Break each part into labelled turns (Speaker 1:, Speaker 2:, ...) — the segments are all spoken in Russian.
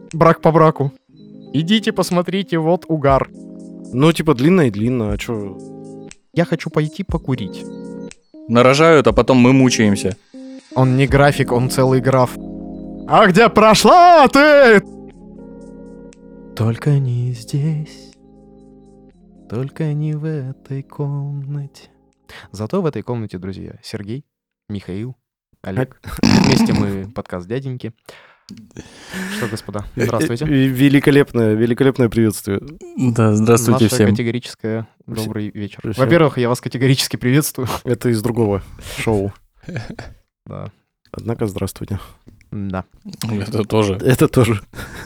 Speaker 1: Брак по браку. Идите посмотрите, вот угар.
Speaker 2: Ну, типа, длинно и длинно, а чё?
Speaker 1: Я хочу пойти покурить.
Speaker 3: Нарожают, а потом мы мучаемся.
Speaker 1: Он не график, он целый граф. А где прошла ты? Только не здесь. Только не в этой комнате. Зато в этой комнате, друзья, Сергей, Михаил, Олег. Вместе мы подкаст «Дяденьки». Что, господа, здравствуйте.
Speaker 2: Великолепное приветствие.
Speaker 3: Да, здравствуйте
Speaker 1: Наше
Speaker 3: всем.
Speaker 1: категорическое добрый вечер.
Speaker 2: Всем.
Speaker 1: Во-первых, я вас категорически приветствую.
Speaker 2: Это из другого шоу.
Speaker 1: Да.
Speaker 2: Однако, здравствуйте.
Speaker 1: Да.
Speaker 3: Это тоже.
Speaker 2: Это тоже.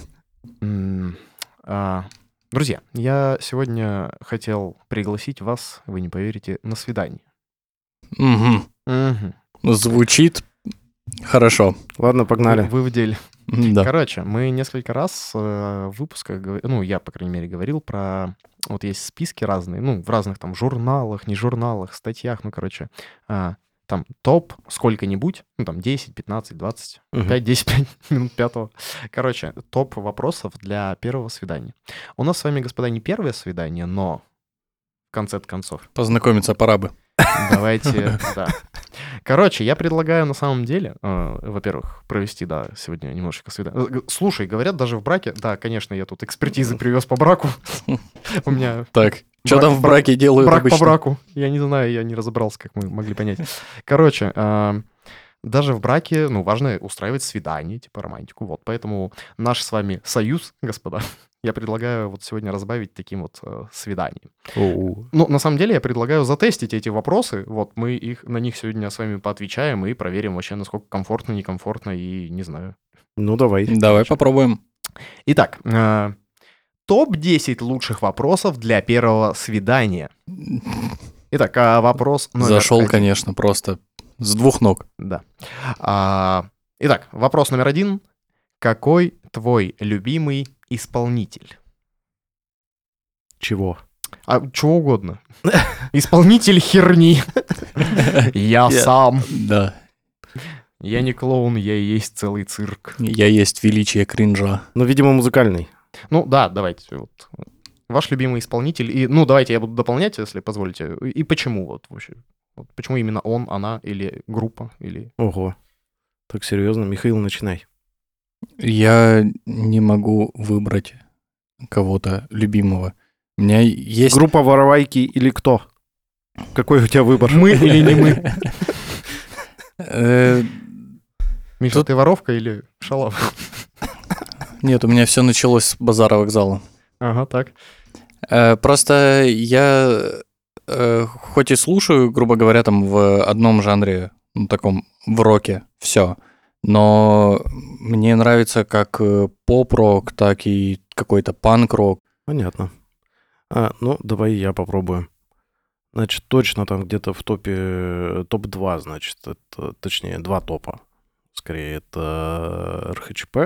Speaker 1: Друзья, я сегодня хотел пригласить вас, вы не поверите, на свидание.
Speaker 3: Мгм. Звучит хорошо.
Speaker 2: Ладно, погнали.
Speaker 1: Вы в деле.
Speaker 3: Да.
Speaker 1: Короче, мы несколько раз в выпусках, ну, я, по крайней мере, говорил про... Вот есть списки разные, ну, в разных там журналах, не журналах, статьях, ну, короче, там топ сколько-нибудь, ну, там 10, 15, 20, 5, 10, 5 минут пятого. Короче, топ вопросов для первого свидания. У нас с вами, господа, не первое свидание, но в конце концов.
Speaker 3: Познакомиться пора бы.
Speaker 1: Давайте, да. Короче, я предлагаю на самом деле, во-первых, провести, да, сегодня немножечко свидание. Слушай, говорят, даже в браке, да, конечно, я тут экспертизы привез по браку. У меня
Speaker 3: Так, что там в браке делают
Speaker 1: брак
Speaker 3: обычно?
Speaker 1: по браку. Я не знаю, я не разобрался, как мы могли понять. Короче, даже в браке, ну, важно устраивать свидание, типа романтику. Вот, поэтому наш с вами союз, господа, я предлагаю вот сегодня разбавить таким вот свиданием. Ну, на самом деле, я предлагаю затестить эти вопросы. Вот, мы на них сегодня с вами поотвечаем и проверим вообще, насколько комфортно, некомфортно и не знаю.
Speaker 2: Ну, давай.
Speaker 3: Давай попробуем.
Speaker 1: Итак, топ-10 лучших вопросов для первого свидания. Итак, вопрос номер
Speaker 3: Зашел,
Speaker 1: 1.
Speaker 3: конечно, просто с двух ног.
Speaker 1: Да. Итак, вопрос номер 1. Какой твой любимый исполнитель?
Speaker 2: Чего?
Speaker 1: Чего угодно. Исполнитель херни. Я сам.
Speaker 3: Да.
Speaker 1: Я не клоун, я и есть целый цирк.
Speaker 3: Я есть величие кринжа.
Speaker 2: Ну, видимо, музыкальный.
Speaker 1: Ну да, давайте. Вот. Ваш любимый исполнитель. И, ну, давайте я буду дополнять, если позволите. И почему вот вообще? Вот почему именно он, она или группа? Или...
Speaker 2: Ого. Так серьезно? Михаил, начинай.
Speaker 3: Я не могу выбрать кого-то любимого. У меня есть...
Speaker 2: Группа Воровайки или кто? Какой у тебя выбор?
Speaker 1: Мы или не мы?
Speaker 3: Э,
Speaker 1: Миша,
Speaker 3: Тут-
Speaker 1: ты воровка или шалава?
Speaker 3: Нет, у меня все началось с базара вокзала.
Speaker 1: Ага, так.
Speaker 3: Просто я хоть и слушаю, грубо говоря, там в одном жанре, ну, таком, в роке, все, но мне нравится как поп-рок, так и какой-то панк-рок.
Speaker 2: Понятно. Ну, давай я попробую. Значит, точно там где-то в топе, топ-2, значит, это, точнее, 2 топа. Скорее, это РХЧП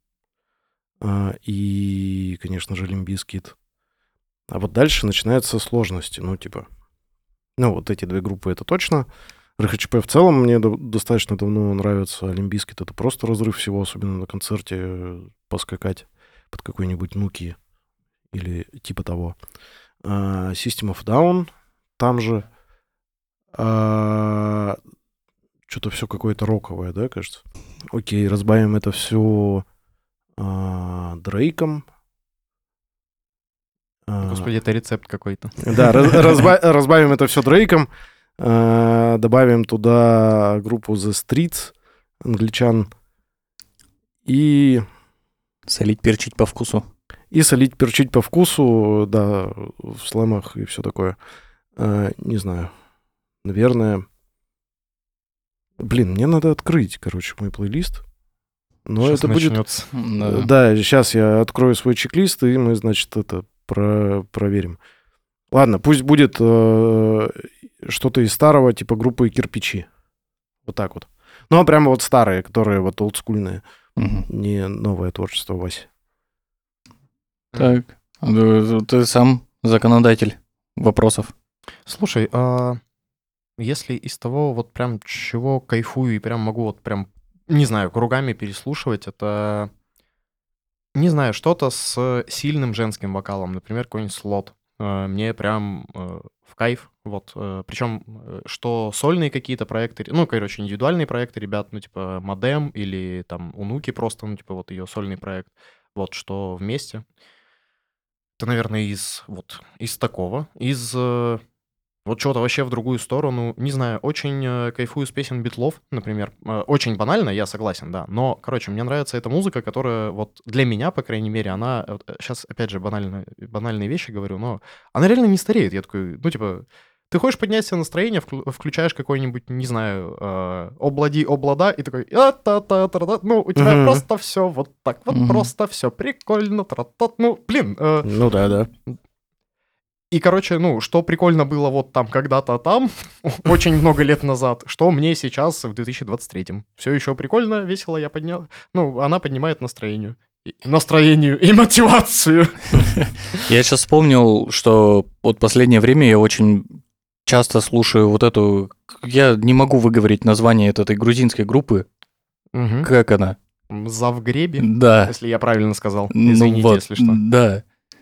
Speaker 2: и, конечно же, Limp Bizkit. А вот дальше начинаются сложности, ну, типа... Ну, вот эти 2 группы, это точно. РХЧП в целом мне достаточно давно нравится, а Limp Bizkit это просто разрыв всего, особенно на концерте поскакать под какой-нибудь Нуки или типа того. System of a Down там же. Что-то все какое-то роковое, да, кажется? Окей, разбавим это все Дрейком.
Speaker 1: Господи, это рецепт какой-то.
Speaker 2: Да, разбавим это все Дрейком. Добавим туда группу The Streets, англичан. И
Speaker 3: Солить, перчить по вкусу.
Speaker 2: солить, перчить по вкусу, да, в слэмах и все такое. Не знаю. Наверное... Блин, мне надо открыть, короче, мой плейлист. Но
Speaker 1: Сейчас
Speaker 2: это будет...
Speaker 1: начнется.
Speaker 2: Да, сейчас я открою свой чек-лист, и мы, значит, это проверим. Ладно, пусть будет что-то из старого, типа группы «Кирпичи». Вот так вот. Ну, а прямо вот старые, которые вот олдскульные.
Speaker 3: Мгм.
Speaker 2: Не новое творчество, Вася.
Speaker 3: Так, ты сам законодатель вопросов.
Speaker 1: Слушай, если из того вот прям чего кайфую и прям могу вот прям, не знаю, кругами переслушивать, это Не знаю, что-то с сильным женским вокалом, например, какой-нибудь Слот. Мне прям в кайф. Вот. Причем, что сольные какие-то проекты, ну, короче, индивидуальные проекты ребят, ну, типа Модем или там Унуки просто, ну, типа вот ее сольный проект, вот, что вместе. Это, наверное, из такого. Вот чего-то вообще в другую сторону. Не знаю, очень кайфую с песен Битлов, например. Очень банально, я согласен, да. Но, короче, мне нравится эта музыка, которая вот для меня, по крайней мере, она... Сейчас, опять же, банальные вещи говорю, но она реально не стареет. Я такой, ну, типа, ты хочешь поднять себе настроение, включаешь какой-нибудь, не знаю, облади, облада, и такой... Ну, у тебя просто все вот так вот, просто все прикольно. Ну, блин.
Speaker 2: Ну да.
Speaker 1: И, короче, ну, что прикольно было вот там когда-то там, очень много лет назад, что мне сейчас в 2023-м. Все еще прикольно, весело я поднял. Ну, она поднимает настроению и мотивацию.
Speaker 3: Я сейчас вспомнил, что вот последнее время я очень часто слушаю вот эту... Я не могу выговорить название этой грузинской группы. Как она?
Speaker 1: Завгреби?
Speaker 3: Да.
Speaker 1: Если я правильно сказал. Извините,
Speaker 3: вот,
Speaker 1: если что.
Speaker 3: Да.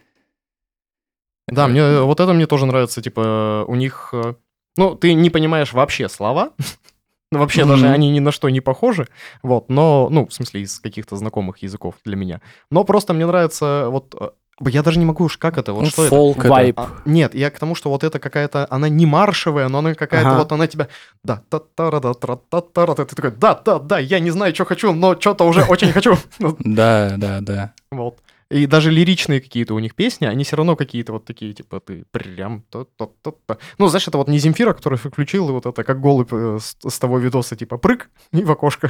Speaker 1: Да, вот это мне тоже нравится, типа, у них... Ну, ты не понимаешь вообще слова, вообще даже они ни на что не похожи, вот, но, ну, в смысле, из каких-то знакомых языков для меня. Но просто мне нравится вот... Я даже не могу уж, как это, вот что
Speaker 3: фолк
Speaker 1: это?
Speaker 2: Вайб.
Speaker 1: Нет, я к тому, что вот это какая-то, она не маршевая, но она какая-то вот, она тебя... Да, ты такой, да, я не знаю, что хочу, но что-то уже очень хочу.
Speaker 3: Да.
Speaker 1: Вот. И даже лиричные какие-то у них песни, они все равно какие-то вот такие, типа, ты прям... Ну, знаешь, это вот не Земфира, который включил, и вот это как голубь с того видоса, типа, прыг и в окошко.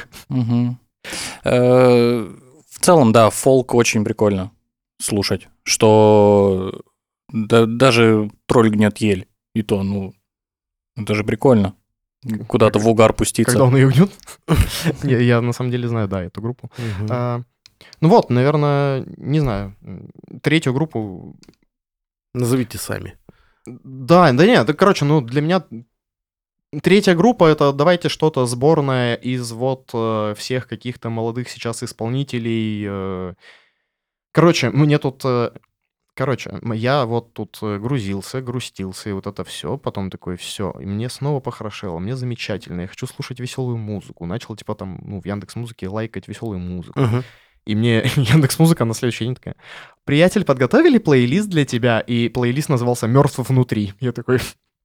Speaker 3: В целом, да, фолк очень прикольно слушать, что даже «Тролль гнет ель», и то, ну, это же прикольно. Куда-то в угар пуститься.
Speaker 1: Когда он ее гнет? Я на самом деле знаю, да, эту группу. Ну вот, наверное, не знаю, третью группу...
Speaker 2: Назовите сами.
Speaker 1: Да нет, короче, ну для меня третья группа — это давайте что-то сборное из вот всех каких-то молодых сейчас исполнителей. Короче, мне тут... я вот тут грузился, грустился, и вот это все, потом такой, все, и мне снова похорошело, мне замечательно, я хочу слушать веселую музыку, начал, типа, там, ну, в Яндекс.Музыке лайкать веселую музыку. И мне Яндекс.Музыка на следующий день такая: приятель, подготовили плейлист для тебя? И плейлист назывался «Мертв внутри». Я такой,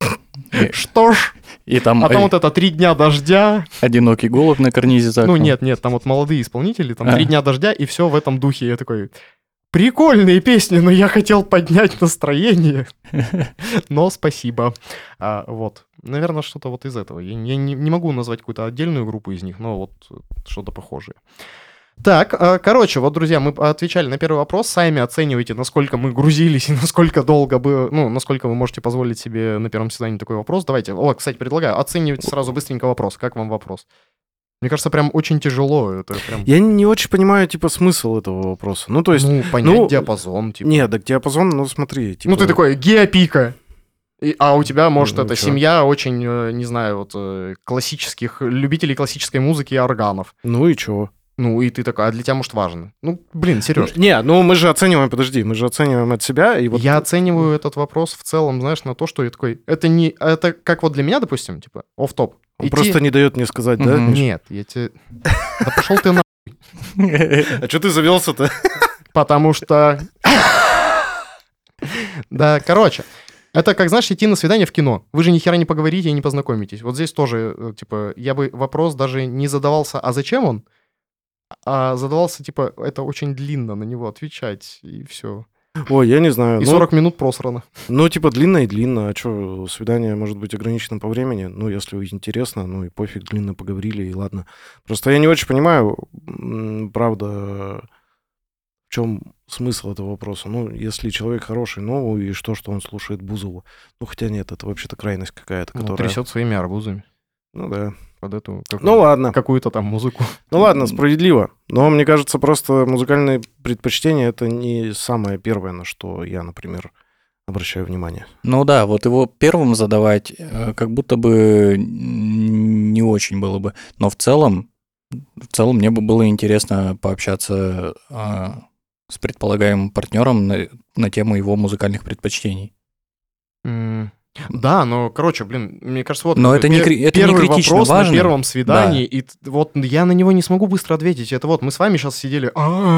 Speaker 1: что ж?
Speaker 3: И там
Speaker 1: а там вот это «3 дня дождя».
Speaker 3: «Одинокий голубь» на карнизе за окном.
Speaker 1: Ну нет, там вот молодые исполнители, там «3 дня дождя», и все в этом духе. Я такой, прикольные песни, но я хотел поднять настроение. Но спасибо. Вот. Наверное, что-то вот из этого. Я не могу назвать какую-то отдельную группу из них, но вот что-то похожее. Так, короче, вот, друзья, мы отвечали на первый вопрос. Сами оценивайте, насколько мы грузились и насколько долго насколько вы можете позволить себе на первом сезоне такой вопрос. Давайте, кстати, предлагаю, оценивайте сразу быстренько вопрос. Как вам вопрос? Мне кажется, прям очень тяжело. Это прям...
Speaker 2: Я не очень понимаю, типа, смысл этого вопроса. Ну, то есть...
Speaker 1: понять диапазон, типа.
Speaker 2: Нет, так диапазон, ну, смотри, типа...
Speaker 1: Ну, ты такой, геопика. А у тебя, может, это
Speaker 2: чё?
Speaker 1: семья очень, не знаю, вот любителей классической музыки и органов.
Speaker 2: Ну и чё?
Speaker 1: Ну, и ты такой, а для тебя, может, важно? Ну, блин, Сереж.
Speaker 2: Не, ну мы же оцениваем, мы же оцениваем от себя. И вот...
Speaker 1: Я оцениваю этот вопрос в целом, знаешь, на то, что я такой, это как вот для меня, допустим, типа, офф-топ.
Speaker 2: Он просто не дает мне сказать, да?
Speaker 1: Нет, я тебе... Да пошел ты на...
Speaker 2: А что ты завелся-то?
Speaker 1: Потому что... Да, короче, это как, знаешь, идти на свидание в кино. Вы же ни хера не поговорите и не познакомитесь. Вот здесь тоже, типа, я бы вопрос даже не задавался, а зачем он? А задавался, типа, это очень длинно на него отвечать, и все.
Speaker 2: Ой, я не знаю.
Speaker 1: И 40 минут просрано.
Speaker 2: Ну, типа, длинно и длинно. А что, свидание может быть ограничено по времени? Ну, если интересно, ну и пофиг, длинно поговорили, и ладно. Просто я не очень понимаю, правда, в чем смысл этого вопроса. Ну, если человек хороший, ну, и что он слушает Бузову? Ну, хотя нет, это вообще-то крайность какая-то, которая...
Speaker 1: Трясет своими арбузами.
Speaker 2: Ну, да.
Speaker 1: Под эту
Speaker 2: ладно.
Speaker 1: Какую-то там музыку.
Speaker 2: Ну ладно, справедливо. Но мне кажется, просто музыкальные предпочтения — это не самое первое, на что я, например, обращаю внимание.
Speaker 3: Ну да, вот его первым задавать как будто бы не очень было бы. Но в целом мне бы было интересно пообщаться с предполагаемым партнером на тему его музыкальных предпочтений.
Speaker 1: Да, но, короче, блин, мне кажется, вот
Speaker 3: Но это не
Speaker 1: первый
Speaker 3: критично
Speaker 1: вопрос
Speaker 3: важно.
Speaker 1: на первом свидании, и вот я на него не смогу быстро ответить. Это вот мы с вами сейчас сидели,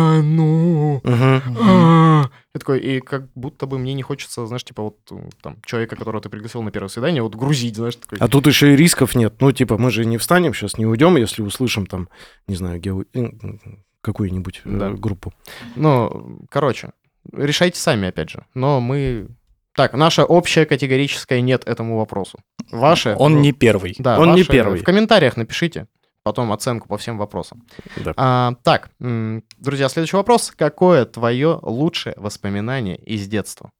Speaker 1: я такой, и как будто бы мне не хочется, знаешь, типа вот там человека, которого ты пригласил на первое свидание, вот грузить, знаешь, такой.
Speaker 2: А тут еще и рисков нет. Ну, типа, мы же не встанем сейчас, не уйдем, если услышим там, не знаю, какую-нибудь группу.
Speaker 1: Ну, короче, решайте сами, опять же. Но мы... Так, наша общая категорическая нет этому вопросу. Ваше...
Speaker 3: Он не первый.
Speaker 1: Да,
Speaker 2: он не
Speaker 1: ваше
Speaker 2: первый.
Speaker 1: В комментариях напишите потом оценку по всем вопросам.
Speaker 2: Да.
Speaker 1: Так, друзья, следующий вопрос. Какое твое лучшее воспоминание из детства?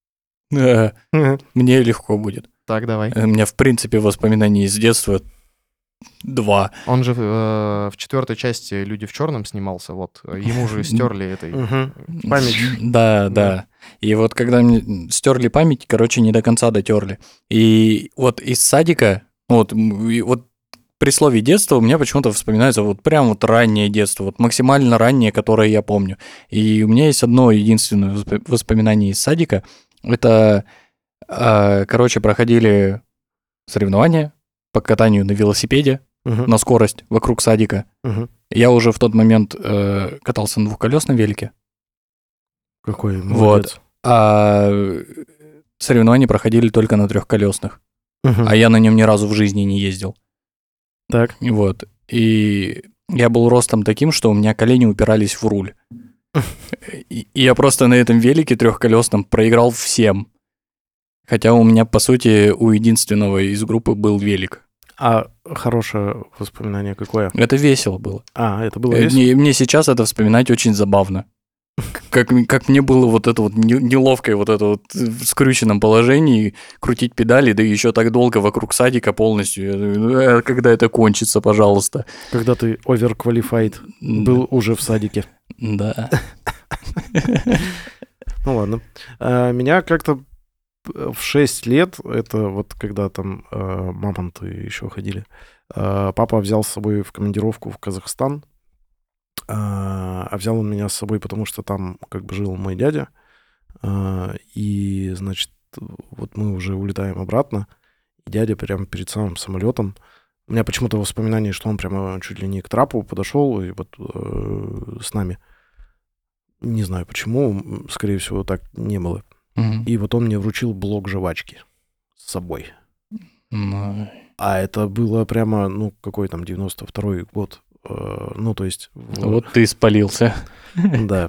Speaker 3: Мне легко будет.
Speaker 1: Так, давай.
Speaker 3: У меня, в принципе, воспоминания из детства 2.
Speaker 1: Он же в 4 части «Люди в черном» снимался, вот. Ему же стерли этой память.
Speaker 3: Да. И вот когда мне стерли память, короче, не до конца дотерли. И вот из садика, вот при слове детство у меня почему-то вспоминается вот прям вот раннее детство, вот максимально раннее, которое я помню. И у меня есть одно единственное воспоминание из садика. Это, короче, проходили соревнования по катанию на велосипеде на скорость вокруг садика. Я уже в тот момент катался на двухколесном велике.
Speaker 2: Какой молодец.
Speaker 3: Вот. А соревнования проходили только на трехколесных. А я на нем ни разу в жизни не ездил.
Speaker 2: Так.
Speaker 3: Вот. И я был ростом таким, что у меня колени упирались в руль. И я просто на этом велике трехколесном проиграл всем. Хотя у меня, по сути, у единственного из группы был велик.
Speaker 2: А хорошее воспоминание какое?
Speaker 3: Это весело было.
Speaker 2: Это было весело?
Speaker 3: Мне сейчас это вспоминать очень забавно. Как мне было вот это вот неловкое вот это вот в скрюченном положении крутить педали, да еще так долго вокруг садика полностью. Когда это кончится, пожалуйста.
Speaker 2: Когда ты overqualified был уже в садике.
Speaker 3: Да.
Speaker 2: Ну ладно. Меня как-то в 6 лет, это вот когда там мамонты еще ходили, папа взял с собой в командировку в Казахстан. А взял он меня с собой, потому что там как бы жил мой дядя. И, значит, вот мы уже улетаем обратно. И дядя прямо перед самым самолетом. У меня почему-то воспоминание, что он прямо чуть ли не к трапу подошел и вот с нами. Не знаю почему, скорее всего, так не было. И вот он мне вручил блок жвачки с собой. А это было прямо, какой там, 92-й год. Ну, то есть...
Speaker 3: Вот ты спалился.
Speaker 2: Да.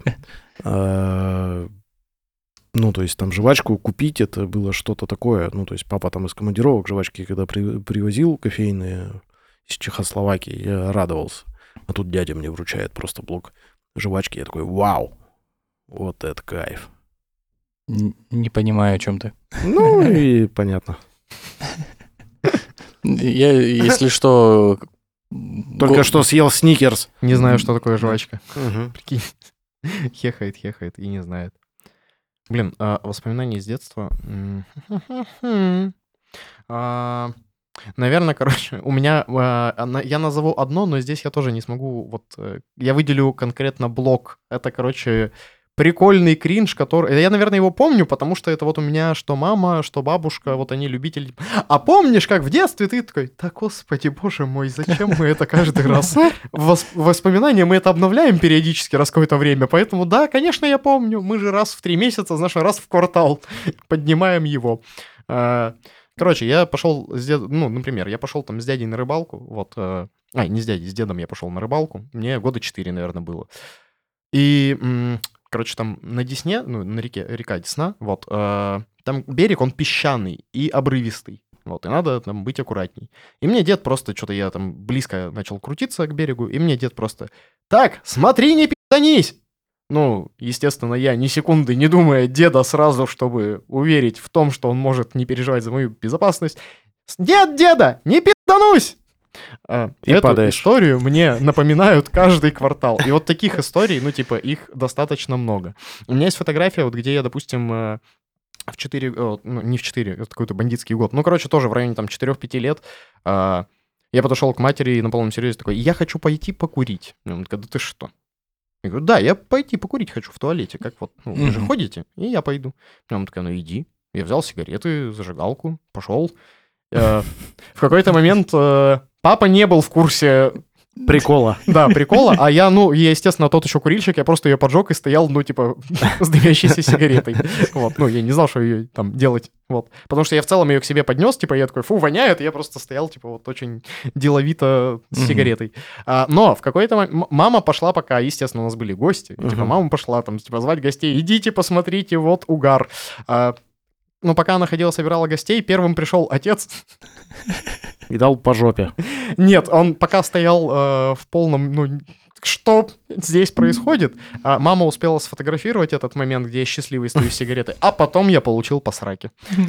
Speaker 2: Ну, то есть там жвачку купить, это было что-то такое. Ну, то есть папа там из командировок жвачки, когда привозил кофейные из Чехословакии, я радовался. А тут дядя мне вручает просто блок жвачки. Я такой, вау, вот это кайф.
Speaker 3: Не понимаю, о чем ты.
Speaker 2: Ну, и понятно.
Speaker 3: Я, если что...
Speaker 2: Только что съел сникерс.
Speaker 1: Не знаю, что такое жвачка.
Speaker 2: Прикинь.
Speaker 1: Хехает и не знает. Блин, воспоминания из детства. Наверное, короче, у меня... Я назову одно, но здесь я тоже не смогу... Вот я выделю конкретно блок. Это, короче, прикольный кринж, который... Я, наверное, его помню, потому что это вот у меня что мама, что бабушка, вот они любители. А помнишь, как в детстве ты такой, да господи, боже мой, зачем мы это каждый раз? Воспоминания мы это обновляем периодически раз какое-то время, поэтому да, конечно, я помню. Мы же раз в 3 месяца, знаешь, раз в квартал поднимаем его. Короче, я пошел с дедом, например, я пошел там с дядей на рыбалку, вот, не с дядей, с дедом я пошел на рыбалку, мне года 4, наверное, было. И... Короче, там на Десне, на река Десна, вот, там берег, он песчаный и обрывистый, вот, и надо там быть аккуратней. И мне дед просто, что-то я там близко начал крутиться к берегу, и мне дед просто, так, смотри, не пи***нись! Ну, естественно, я ни секунды не думая деда сразу, чтобы уверить в том, что он может не переживать за мою безопасность, деда, не пи***нусь!
Speaker 2: И
Speaker 1: Эту
Speaker 2: падаешь.
Speaker 1: историю мне напоминают каждый квартал. И вот таких историй, их достаточно много. У меня есть фотография, вот где я, допустим, в 4... не в 4, это какой-то бандитский год. Тоже в районе там 4-5 лет я подошел к матери и на полном серьезе такой, я хочу пойти покурить. Он говорит, да ты что? Я говорю, да, я пойти покурить хочу в туалете, как вот, ну, вы же
Speaker 3: Мгм.
Speaker 1: ходите, и я пойду. Мама такая, ну иди. Я взял сигареты, зажигалку, пошел. В какой-то момент папа не был в курсе,
Speaker 2: Прикола.
Speaker 1: да, прикола, а я, ну, я, естественно, тот еще курильщик, я просто ее поджег и стоял, ну, типа, с дымящейся сигаретой. Вот, ну, я не знал, что ее там делать, вот. Потому что я в целом ее к себе поднес, типа, я такой, фу, воняет, и я просто стоял, типа, вот очень деловито с
Speaker 3: Мгм.
Speaker 1: сигаретой. Но в какой-то момент мама пошла пока, естественно, у нас были гости, и, типа,
Speaker 2: Мгм.
Speaker 1: мама пошла там, типа, звать гостей, идите, посмотрите, вот угар. Но пока она ходила, собирала гостей, первым пришел отец.
Speaker 2: И дал по жопе.
Speaker 1: Нет, он пока стоял в полном, ну, что здесь происходит? Мама успела сфотографировать этот момент, где я счастливый стою с сигаретой, а потом я получил по сраке.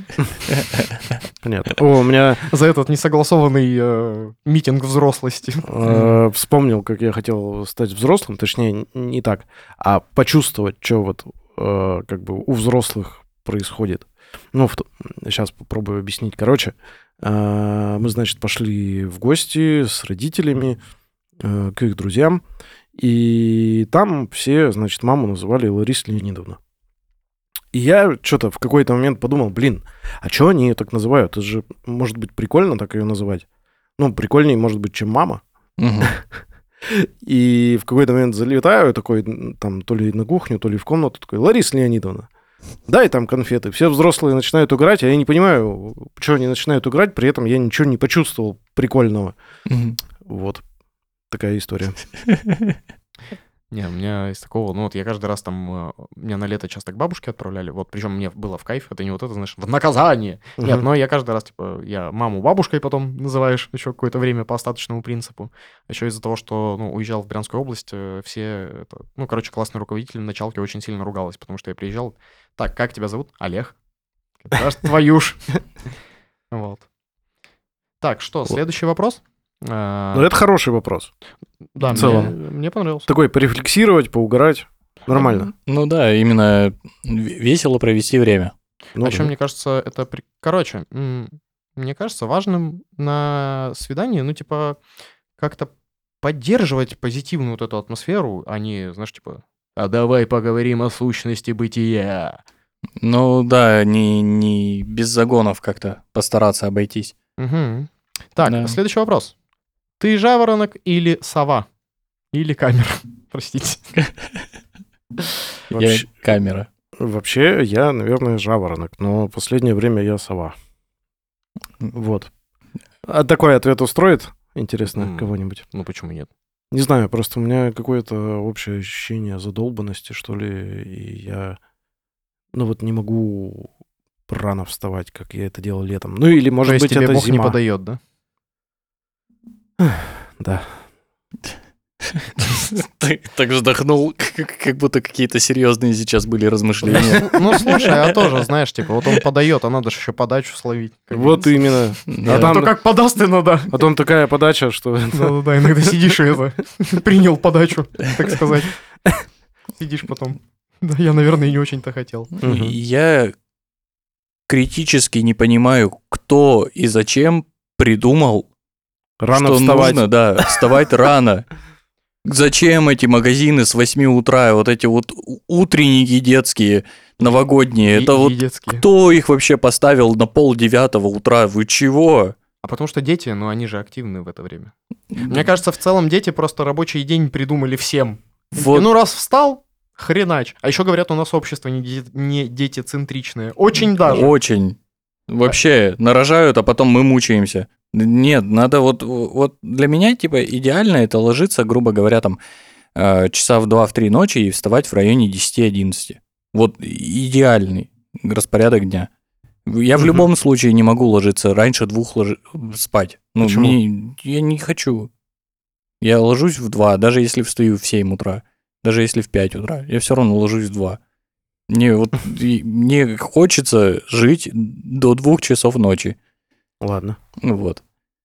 Speaker 2: Понятно. О, у меня
Speaker 1: За этот несогласованный митинг взрослости.
Speaker 2: вспомнил, как я хотел стать взрослым, точнее, не так, а почувствовать, что вот как бы у взрослых происходит. Ну, сейчас попробую объяснить. Короче, мы, значит, пошли в гости с родителями к их друзьям, и там все, значит, маму называли Лариса Леонидовна. И я что-то в какой-то момент подумал, блин, а что они ее так называют? Это же может быть прикольно так ее называть. Ну, прикольнее, может быть, чем мама.
Speaker 3: Мгм.
Speaker 2: И в какой-то момент залетаю такой, там, то ли на кухню, то ли в комнату, такой, Лариса Леонидовна, дай там конфеты. Все взрослые начинают играть, а я не понимаю, что они начинают играть, при этом я ничего не почувствовал прикольного.
Speaker 3: Мгм.
Speaker 2: Вот. Такая история.
Speaker 1: Не, у меня из такого, ну вот я каждый раз там, меня на лето часто к бабушке отправляли, вот, причем мне было в кайф, это не вот это, знаешь, в наказание. Нет,
Speaker 2: Мгм.
Speaker 1: но я каждый раз, типа, я маму бабушкой потом называешь еще какое-то время по остаточному принципу. Еще из-за того, что, ну, уезжал в Брянскую область, все, ну, короче, классный руководитель в началке очень сильно ругалась, потому что я приезжал, так, как тебя зовут? Олег. Твою ж. Вот. Так, что, следующий вопрос?
Speaker 2: Ну, это хороший вопрос.
Speaker 1: Да,
Speaker 2: в целом.
Speaker 1: мне понравился.
Speaker 2: Такой, порефлексировать, поугарать. Нормально.
Speaker 3: Ну да, именно весело провести время.
Speaker 2: Ну,
Speaker 1: А еще,
Speaker 2: да.
Speaker 1: мне кажется, это... Короче, мне кажется, важным на свидании, ну, типа, как-то поддерживать позитивную вот эту атмосферу, а не, знаешь, типа, а давай поговорим о сущности бытия.
Speaker 3: Ну да, не без загонов как-то постараться обойтись.
Speaker 1: Мгм. Так,
Speaker 3: Да.
Speaker 1: следующий вопрос. Ты жаворонок или сова? Или камера? Простите.
Speaker 3: Я
Speaker 2: Вообще,
Speaker 3: камера.
Speaker 2: вообще, я, наверное, жаворонок, но в последнее время я сова. Вот. А такой ответ устроит? Интересно, кого-нибудь?
Speaker 1: Ну, почему нет?
Speaker 2: Не знаю, просто у меня какое-то общее ощущение задолбанности, что ли, и я, ну вот не могу рано вставать, как я это делал летом. Ну или,
Speaker 1: То
Speaker 2: может
Speaker 1: есть
Speaker 2: быть,
Speaker 1: тебе
Speaker 2: это
Speaker 1: Бог не
Speaker 2: зима.
Speaker 1: подает, да?
Speaker 2: Да.
Speaker 3: Ты так вздохнул, как будто какие-то серьезные сейчас были размышления.
Speaker 1: Ну, слушай, а тоже, знаешь, типа, вот он подает, а надо же еще подачу словить. как
Speaker 2: Вот
Speaker 1: говорится.
Speaker 2: именно.
Speaker 1: А
Speaker 2: там-
Speaker 1: то как подаст, и надо.
Speaker 2: Потом такая подача, что...
Speaker 1: Да-да-да, иногда сидишь и это, принял подачу, так сказать. Сидишь потом. Да, я, наверное, и не очень-то хотел.
Speaker 2: Мгм.
Speaker 3: Я критически не понимаю, кто и зачем придумал,
Speaker 2: Рано
Speaker 3: что
Speaker 2: вставать.
Speaker 3: нужно, да, вставать рано. Зачем эти магазины с 8 утра, вот эти вот утренники детские, новогодние? Это вот
Speaker 1: детские.
Speaker 3: кто их вообще поставил на 8:30 утра? Вы чего?
Speaker 1: А потому что дети, ну, они же активны в это время. Мне кажется, в целом дети просто рабочий день придумали всем.
Speaker 3: Вот.
Speaker 1: Ну, раз встал, хренач. А еще говорят, у нас общество не детецентричное. Очень даже.
Speaker 3: Очень. Вообще, нарожают, а потом мы мучаемся. Нет, надо вот для меня, типа, идеально это ложиться, грубо говоря, там, часа в 2-3 ночи и вставать в районе 10-11. Вот идеальный распорядок дня. Я в
Speaker 2: Мгм.
Speaker 3: любом случае не могу ложиться раньше 2 спать. Ну,
Speaker 2: Почему?
Speaker 3: я не хочу. Я ложусь в 2, даже если встаю в 7 утра, даже если в 5 утра, я все равно ложусь в 2. Мне хочется жить до 2 часов ночи.
Speaker 2: Ладно.
Speaker 3: Ну вот.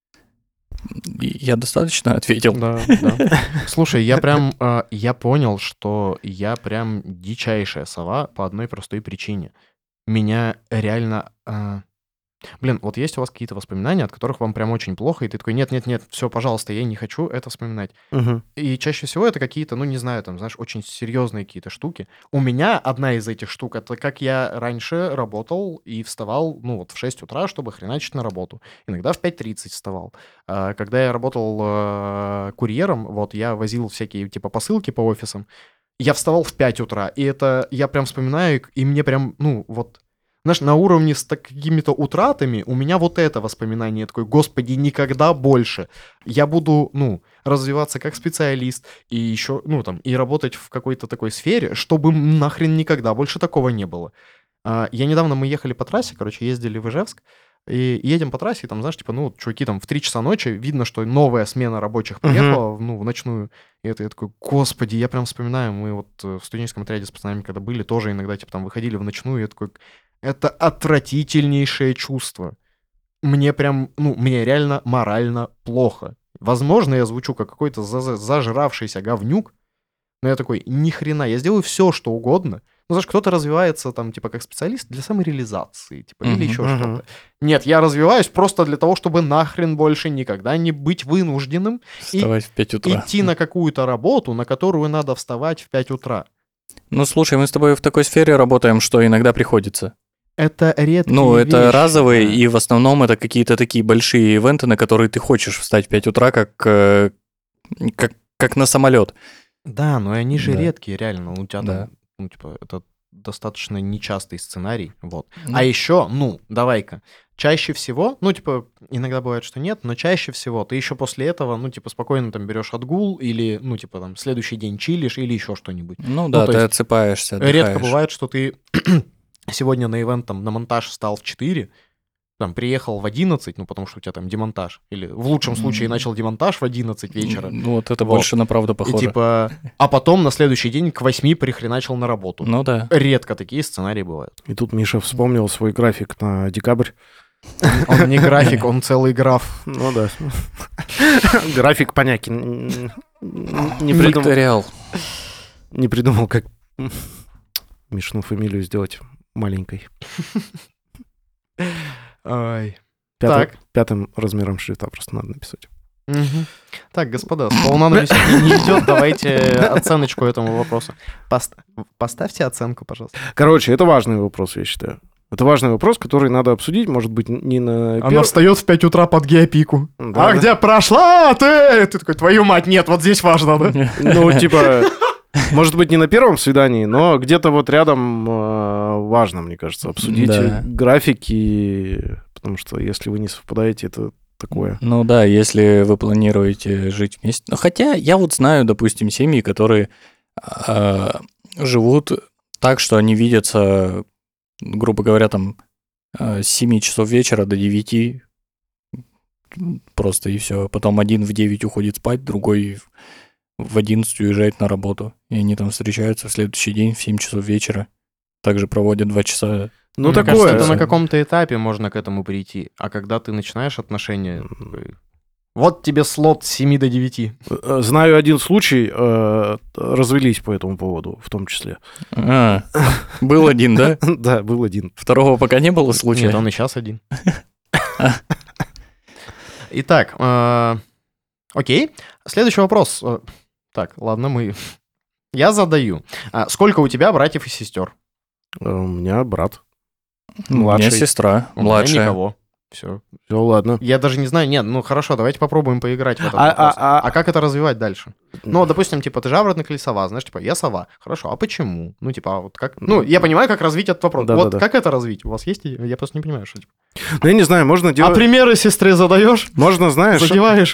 Speaker 3: Я достаточно ответил.
Speaker 1: Да, да. Слушай, я понял, что я прям дичайшая сова по одной простой причине. Меня реально Блин, вот есть у вас какие-то воспоминания, от которых вам прям очень плохо, и ты такой, нет, все, пожалуйста, я не хочу это вспоминать.
Speaker 2: Мгм.
Speaker 1: И чаще всего это какие-то, ну, не знаю, там, знаешь, очень серьезные какие-то штуки. У меня одна из этих штук, это как я раньше работал и вставал, ну, вот в 6 утра, чтобы хреначить на работу. Иногда в 5:30 вставал. Когда я работал курьером, вот, я возил всякие, типа, посылки по офисам, я вставал в 5 утра, и это я прям вспоминаю, и мне прям, ну, вот... Знаешь, на уровне с какими-то утратами у меня вот это воспоминание. Я такой, господи, никогда больше. Я буду, ну, развиваться как специалист и еще, ну, там, и работать в какой-то такой сфере, чтобы нахрен никогда больше такого не было. Я недавно, мы ехали по трассе, короче, ездили в Ижевск, и едем по трассе, и там, знаешь, типа, ну, вот чуваки там в 3 часа ночи, видно, что новая смена рабочих приехала, ну, в ночную, и это я такой, господи, я прям вспоминаю, мы вот в студенческом отряде с пацанами, когда были, тоже иногда, типа, там выходили в ночную, и я такой... Это отвратительнейшее чувство. Мне прям, ну, мне реально морально плохо. Возможно, я звучу как какой-то зажравшийся говнюк, но я такой, ни хрена, я сделаю все, что угодно. Ну, знаешь, кто-то развивается там, типа, как специалист для самореализации, типа, или еще что-то. Нет, я развиваюсь просто для того, чтобы нахрен больше никогда не быть вынужденным
Speaker 3: Вставать в 5 утра.
Speaker 1: идти на какую-то работу, на которую надо вставать в 5 утра.
Speaker 3: Ну, слушай, мы с тобой в такой сфере работаем, что иногда приходится.
Speaker 1: Это редкие
Speaker 3: Ну, это
Speaker 1: вещи,
Speaker 3: разовые,
Speaker 1: да.
Speaker 3: и в основном это какие-то такие большие ивенты, на которые ты хочешь встать в 5 утра, как на самолет.
Speaker 1: Да, но они же
Speaker 3: Да.
Speaker 1: редкие, реально. У тебя
Speaker 3: Да.
Speaker 1: там, ну, типа, это достаточно нечастый сценарий, вот.
Speaker 3: Ну.
Speaker 1: А еще, ну, давай-ка, чаще всего, ну, типа, иногда бывает, что нет, но чаще всего ты еще после этого, ну, типа, спокойно там берешь отгул или, ну, типа, там, следующий день чилишь или еще что-нибудь.
Speaker 3: Ну да,
Speaker 1: то
Speaker 3: ты
Speaker 1: есть
Speaker 3: отсыпаешься,
Speaker 1: Редко
Speaker 3: отдыхаешь.
Speaker 1: бывает, что ты сегодня на ивент там на монтаж встал в 4, там, приехал в 11, ну, потому что у тебя там демонтаж, или в лучшем случае начал демонтаж в 11 вечера.
Speaker 3: Ну вот это
Speaker 1: Вот.
Speaker 3: больше на правду
Speaker 1: И
Speaker 3: похоже.
Speaker 1: типа, а потом на следующий день к 8 прихреначил на работу.
Speaker 3: Ну да.
Speaker 1: Редко такие сценарии бывают.
Speaker 2: И тут Миша вспомнил свой график на декабрь.
Speaker 1: Он не график, он целый граф.
Speaker 2: Ну да. График поняки. Не
Speaker 3: Факториал.
Speaker 2: придумал, как Мишину фамилию сделать маленькой.
Speaker 1: Ай. Так.
Speaker 2: Пятым размером шрифта просто надо написать.
Speaker 1: Мгм. Так, господа, с полунанами сегодня не идет, давайте оценочку этому вопросу. Поставьте оценку, пожалуйста.
Speaker 2: Короче, это важный вопрос, я считаю. Это важный вопрос, который надо обсудить, может быть, не на...
Speaker 1: Она встает в 5 утра под геопику.
Speaker 2: Да,
Speaker 1: А
Speaker 2: да.
Speaker 1: где прошла ты? Ты такой, твою мать, нет, вот здесь важно, да?
Speaker 2: Ну, типа, может быть, не на первом свидании, но где-то вот рядом важно, мне кажется, обсудить
Speaker 3: Да.
Speaker 2: графики, потому что если вы не совпадаете, это такое.
Speaker 3: Ну да, если вы планируете жить вместе. Ну, хотя я вот знаю, допустим, семьи, которые живут так, что они видятся, грубо говоря, там с 7 часов вечера до 9 просто и все. Потом один в 9 уходит спать, другой в 11 уезжает на работу. И они там встречаются в следующий день в 7 часов вечера. Также проводят 2 часа.
Speaker 2: Ну,
Speaker 1: Мне
Speaker 2: такое.
Speaker 1: кажется, это на каком-то этапе можно к этому прийти. А когда ты начинаешь отношения, такой, вот тебе слот с 7 до 9.
Speaker 2: Знаю один случай, развелись по этому поводу, в том числе.
Speaker 3: Был один, да?
Speaker 2: Да, был один.
Speaker 3: Второго пока не было случая.
Speaker 1: Нет, он и сейчас один. Итак, окей. Следующий вопрос. Так, ладно, я задаю. Сколько у тебя братьев и сестер?
Speaker 2: У меня брат.
Speaker 3: У меня
Speaker 2: Младший.
Speaker 3: сестра,
Speaker 1: У меня
Speaker 3: младшая.
Speaker 1: никого. Все.
Speaker 2: Все, ладно.
Speaker 1: Я даже не знаю. Нет, ну хорошо, давайте попробуем поиграть в этот вопрос. А как это развивать дальше? Ну, допустим, типа, ты жаворонок или сова, знаешь, типа, я сова. Хорошо, а почему? Ну, типа, вот как... Ну, я понимаю, как развить этот вопрос.
Speaker 2: Да,
Speaker 1: Вот
Speaker 2: да, да.
Speaker 1: как это развить? У вас есть? Я просто не понимаю, что типа.
Speaker 2: Ну, я не знаю, можно
Speaker 1: А
Speaker 2: делать...
Speaker 1: примеры сестре задаешь?
Speaker 2: Можно, знаешь,
Speaker 1: Задеваешь?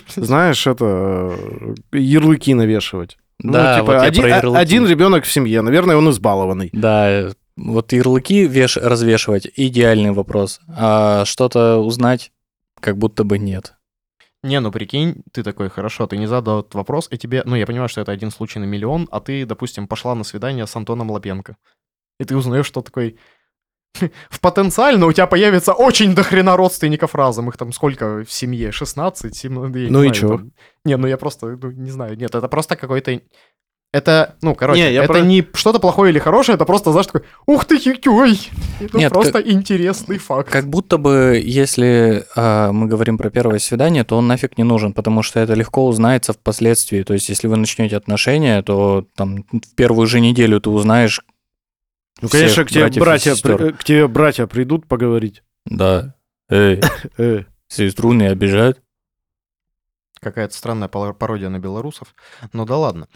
Speaker 2: ярлыки навешивать.
Speaker 3: Да,
Speaker 2: ну, типа,
Speaker 3: вот я про ярлыки.
Speaker 2: один ребенок в семье, наверное, он избалованный.
Speaker 3: Да, вот ярлыки развешивать – идеальный вопрос. А что-то узнать как будто бы нет.
Speaker 1: Не, ну прикинь, ты такой, хорошо, ты не задал этот вопрос, и тебе... Ну, я понимаю, что это один случай на миллион, а ты, допустим, пошла на свидание с Антоном Лапенко. И ты узнаешь, что такой... В потенциально у тебя появится очень дохрена родственников разом. Их там сколько в семье? 16? 17?
Speaker 2: Ну и чё?
Speaker 1: Не, ну я просто, ну, не знаю. Нет, это просто какой-то... Это, ну, короче,
Speaker 2: Не, я
Speaker 1: это
Speaker 2: про-
Speaker 1: не что-то плохое или хорошее, это просто, знаешь, такой, ух ты, хикёй! Это
Speaker 3: Нет,
Speaker 1: просто интересный факт.
Speaker 3: Как будто бы, если мы говорим про первое свидание, то он нафиг не нужен, потому что это легко узнается впоследствии. То есть, если вы начнете отношения, то там в первую же неделю ты узнаешь.
Speaker 2: Ну,
Speaker 3: всех
Speaker 2: конечно, к тебе
Speaker 3: братьев и сестер.
Speaker 2: к тебе братья придут поговорить.
Speaker 3: Да. Эй, сестру не обижают.
Speaker 1: Какая-то странная пародия на белорусов. Ну да ладно.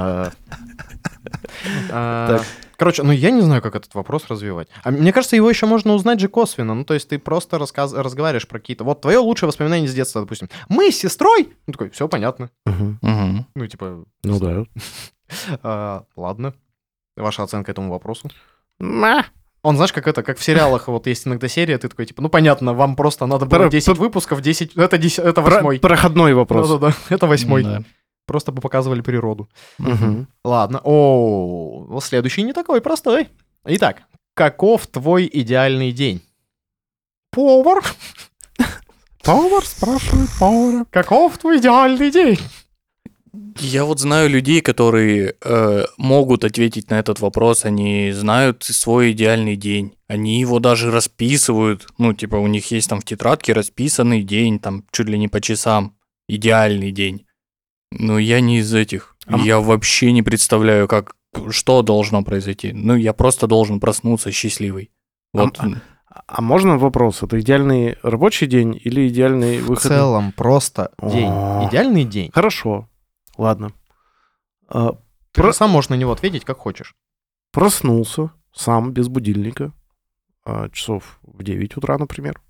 Speaker 1: Короче, ну я не знаю, как этот вопрос развивать. А мне кажется, его еще можно узнать же косвенно. Ну, то есть ты просто разговариваешь про какие-то... Вот твое лучшее воспоминание с детства, допустим. Мы с сестрой... Ну, такой, все понятно.
Speaker 3: Мгм.
Speaker 1: Ну, типа...
Speaker 2: Ну да.
Speaker 1: Ладно. Ваша оценка этому вопросу?
Speaker 2: Ма.
Speaker 1: Он, знаешь, как это, как в сериалах, вот есть иногда серия, ты такой, типа, ну, понятно, вам просто надо было 10 выпусков, 10... Это 8-й.
Speaker 2: Проходной вопрос.
Speaker 1: Да-да-да, это 8-й.
Speaker 3: Да.
Speaker 1: Просто бы показывали природу.
Speaker 2: Мгм.
Speaker 1: Ладно. О, следующий не такой простой. Итак, каков твой идеальный день? Повар?
Speaker 2: Повар спрашивает повара.
Speaker 1: Каков твой идеальный день?
Speaker 3: Я вот знаю людей, которые могут ответить на этот вопрос, они знают свой идеальный день, они его даже расписывают, ну, типа, у них есть там в тетрадке расписанный день, там, чуть ли не по часам, идеальный день. Но я не из этих, я вообще не представляю, что должно произойти. Ну, я просто должен проснуться счастливый. Вот.
Speaker 2: А можно вопрос? Это идеальный рабочий день или идеальный
Speaker 1: В
Speaker 2: выход?
Speaker 1: целом, просто день.
Speaker 2: О.
Speaker 1: Идеальный день.
Speaker 2: Хорошо. Ладно.
Speaker 1: Ты же сам можешь на него ответить, как хочешь.
Speaker 2: Проснулся сам, без будильника. Часов в 9 утра, например.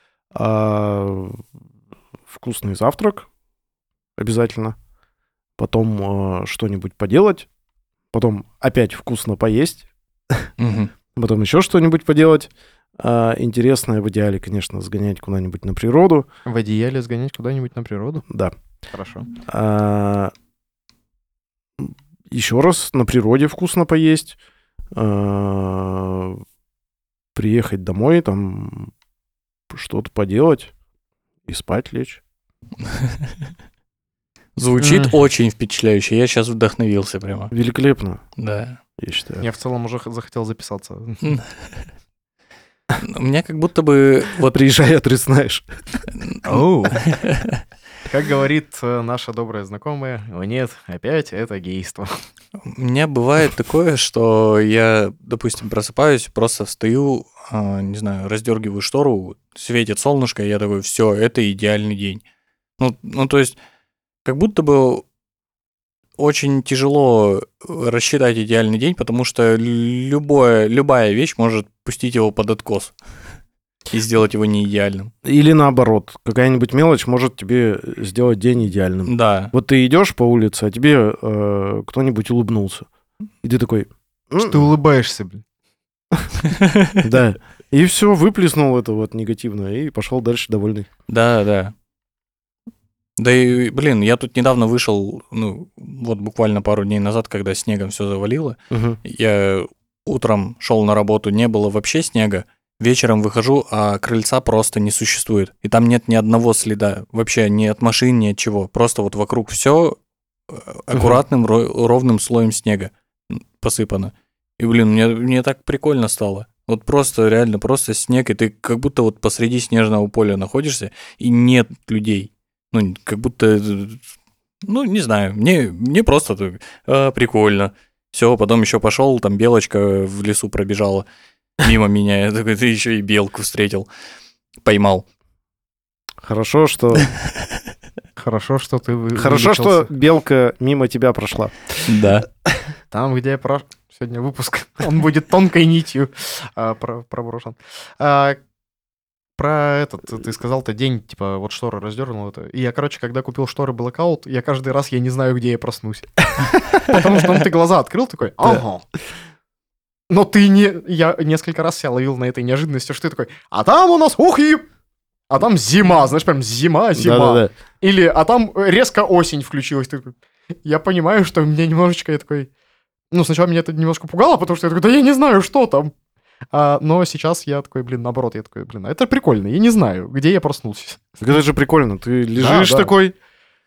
Speaker 2: Вкусный завтрак. Обязательно. Потом что-нибудь поделать. Потом опять вкусно поесть.
Speaker 3: Мгм.
Speaker 2: Потом еще что-нибудь поделать. Интересное в идеале, конечно, сгонять куда-нибудь на природу.
Speaker 1: В одеяле сгонять куда-нибудь на природу?
Speaker 2: Да.
Speaker 1: Хорошо.
Speaker 2: Еще раз на природе вкусно поесть. Приехать домой, там что-то поделать и спать лечь.
Speaker 3: Звучит очень впечатляюще, я сейчас вдохновился прямо.
Speaker 2: Великолепно,
Speaker 3: Да.
Speaker 2: я считаю.
Speaker 1: Я в целом уже захотел записаться.
Speaker 3: У меня как будто бы вот
Speaker 2: Приезжай, адрес знаешь.
Speaker 1: Оу. Как говорит наша добрая знакомая, «О нет, опять это гейство».
Speaker 3: у меня бывает такое, что я, допустим, просыпаюсь, просто встаю, не знаю, раздергиваю штору, светит солнышко, и я такой, все, это идеальный день. Ну, то есть, как будто бы очень тяжело рассчитать идеальный день, потому что любая вещь может пустить его под откос и сделать его не идеальным.
Speaker 2: Или наоборот, какая-нибудь мелочь может тебе сделать день идеальным.
Speaker 3: Да.
Speaker 2: Вот ты идешь по улице, а тебе кто-нибудь улыбнулся. И ты такой...
Speaker 1: Что ты улыбаешься, блин?
Speaker 2: Да. И все, выплеснул это вот негативно и пошел дальше довольный.
Speaker 3: Да. Да и, блин, я тут недавно вышел, ну, вот буквально пару дней назад, когда снегом все завалило.
Speaker 2: Мгм.
Speaker 3: Я утром шел на работу, не было вообще снега. Вечером выхожу, а крыльца просто не существует. И там нет ни одного следа. Вообще ни от машин, ни от чего. Просто вот вокруг все аккуратным, ровным слоем снега посыпано. И, блин, мне так прикольно стало. Вот просто, реально, просто снег, и ты как будто вот посреди снежного поля находишься, и нет людей. Ну, как будто, ну, не знаю, мне просто так, прикольно. Все, потом еще пошел, там белочка в лесу пробежала мимо меня. Я такой, ты еще и белку встретил, поймал.
Speaker 2: Хорошо, что
Speaker 1: Хорошо, что ты
Speaker 2: хорошо, что
Speaker 1: вылечился.
Speaker 2: белка мимо тебя прошла.
Speaker 3: Да.
Speaker 1: Там, где сегодня выпуск, он будет тонкой нитью проброшен. Про этот, ты сказал-то день, типа, вот шторы раздернул это. И я, короче, когда купил шторы Blackout, я каждый раз, я не знаю, где я проснусь. Потому что ты глаза открыл такой, ага. Но я несколько раз себя ловил на этой неожиданности, что ты такой, а там у нас, а там зима, знаешь, прям зима.
Speaker 2: Да-да-да.
Speaker 1: Или, а там резко осень включилась. Ты такой, я понимаю, что меня немножечко, я такой... Ну, сначала меня это немножко пугало, потому что я такой, да я не знаю, что там. Но сейчас я такой, блин, наоборот, это прикольно. Я не знаю, где я проснулся.
Speaker 2: Так это же прикольно. Ты лежишь
Speaker 1: да.
Speaker 2: такой,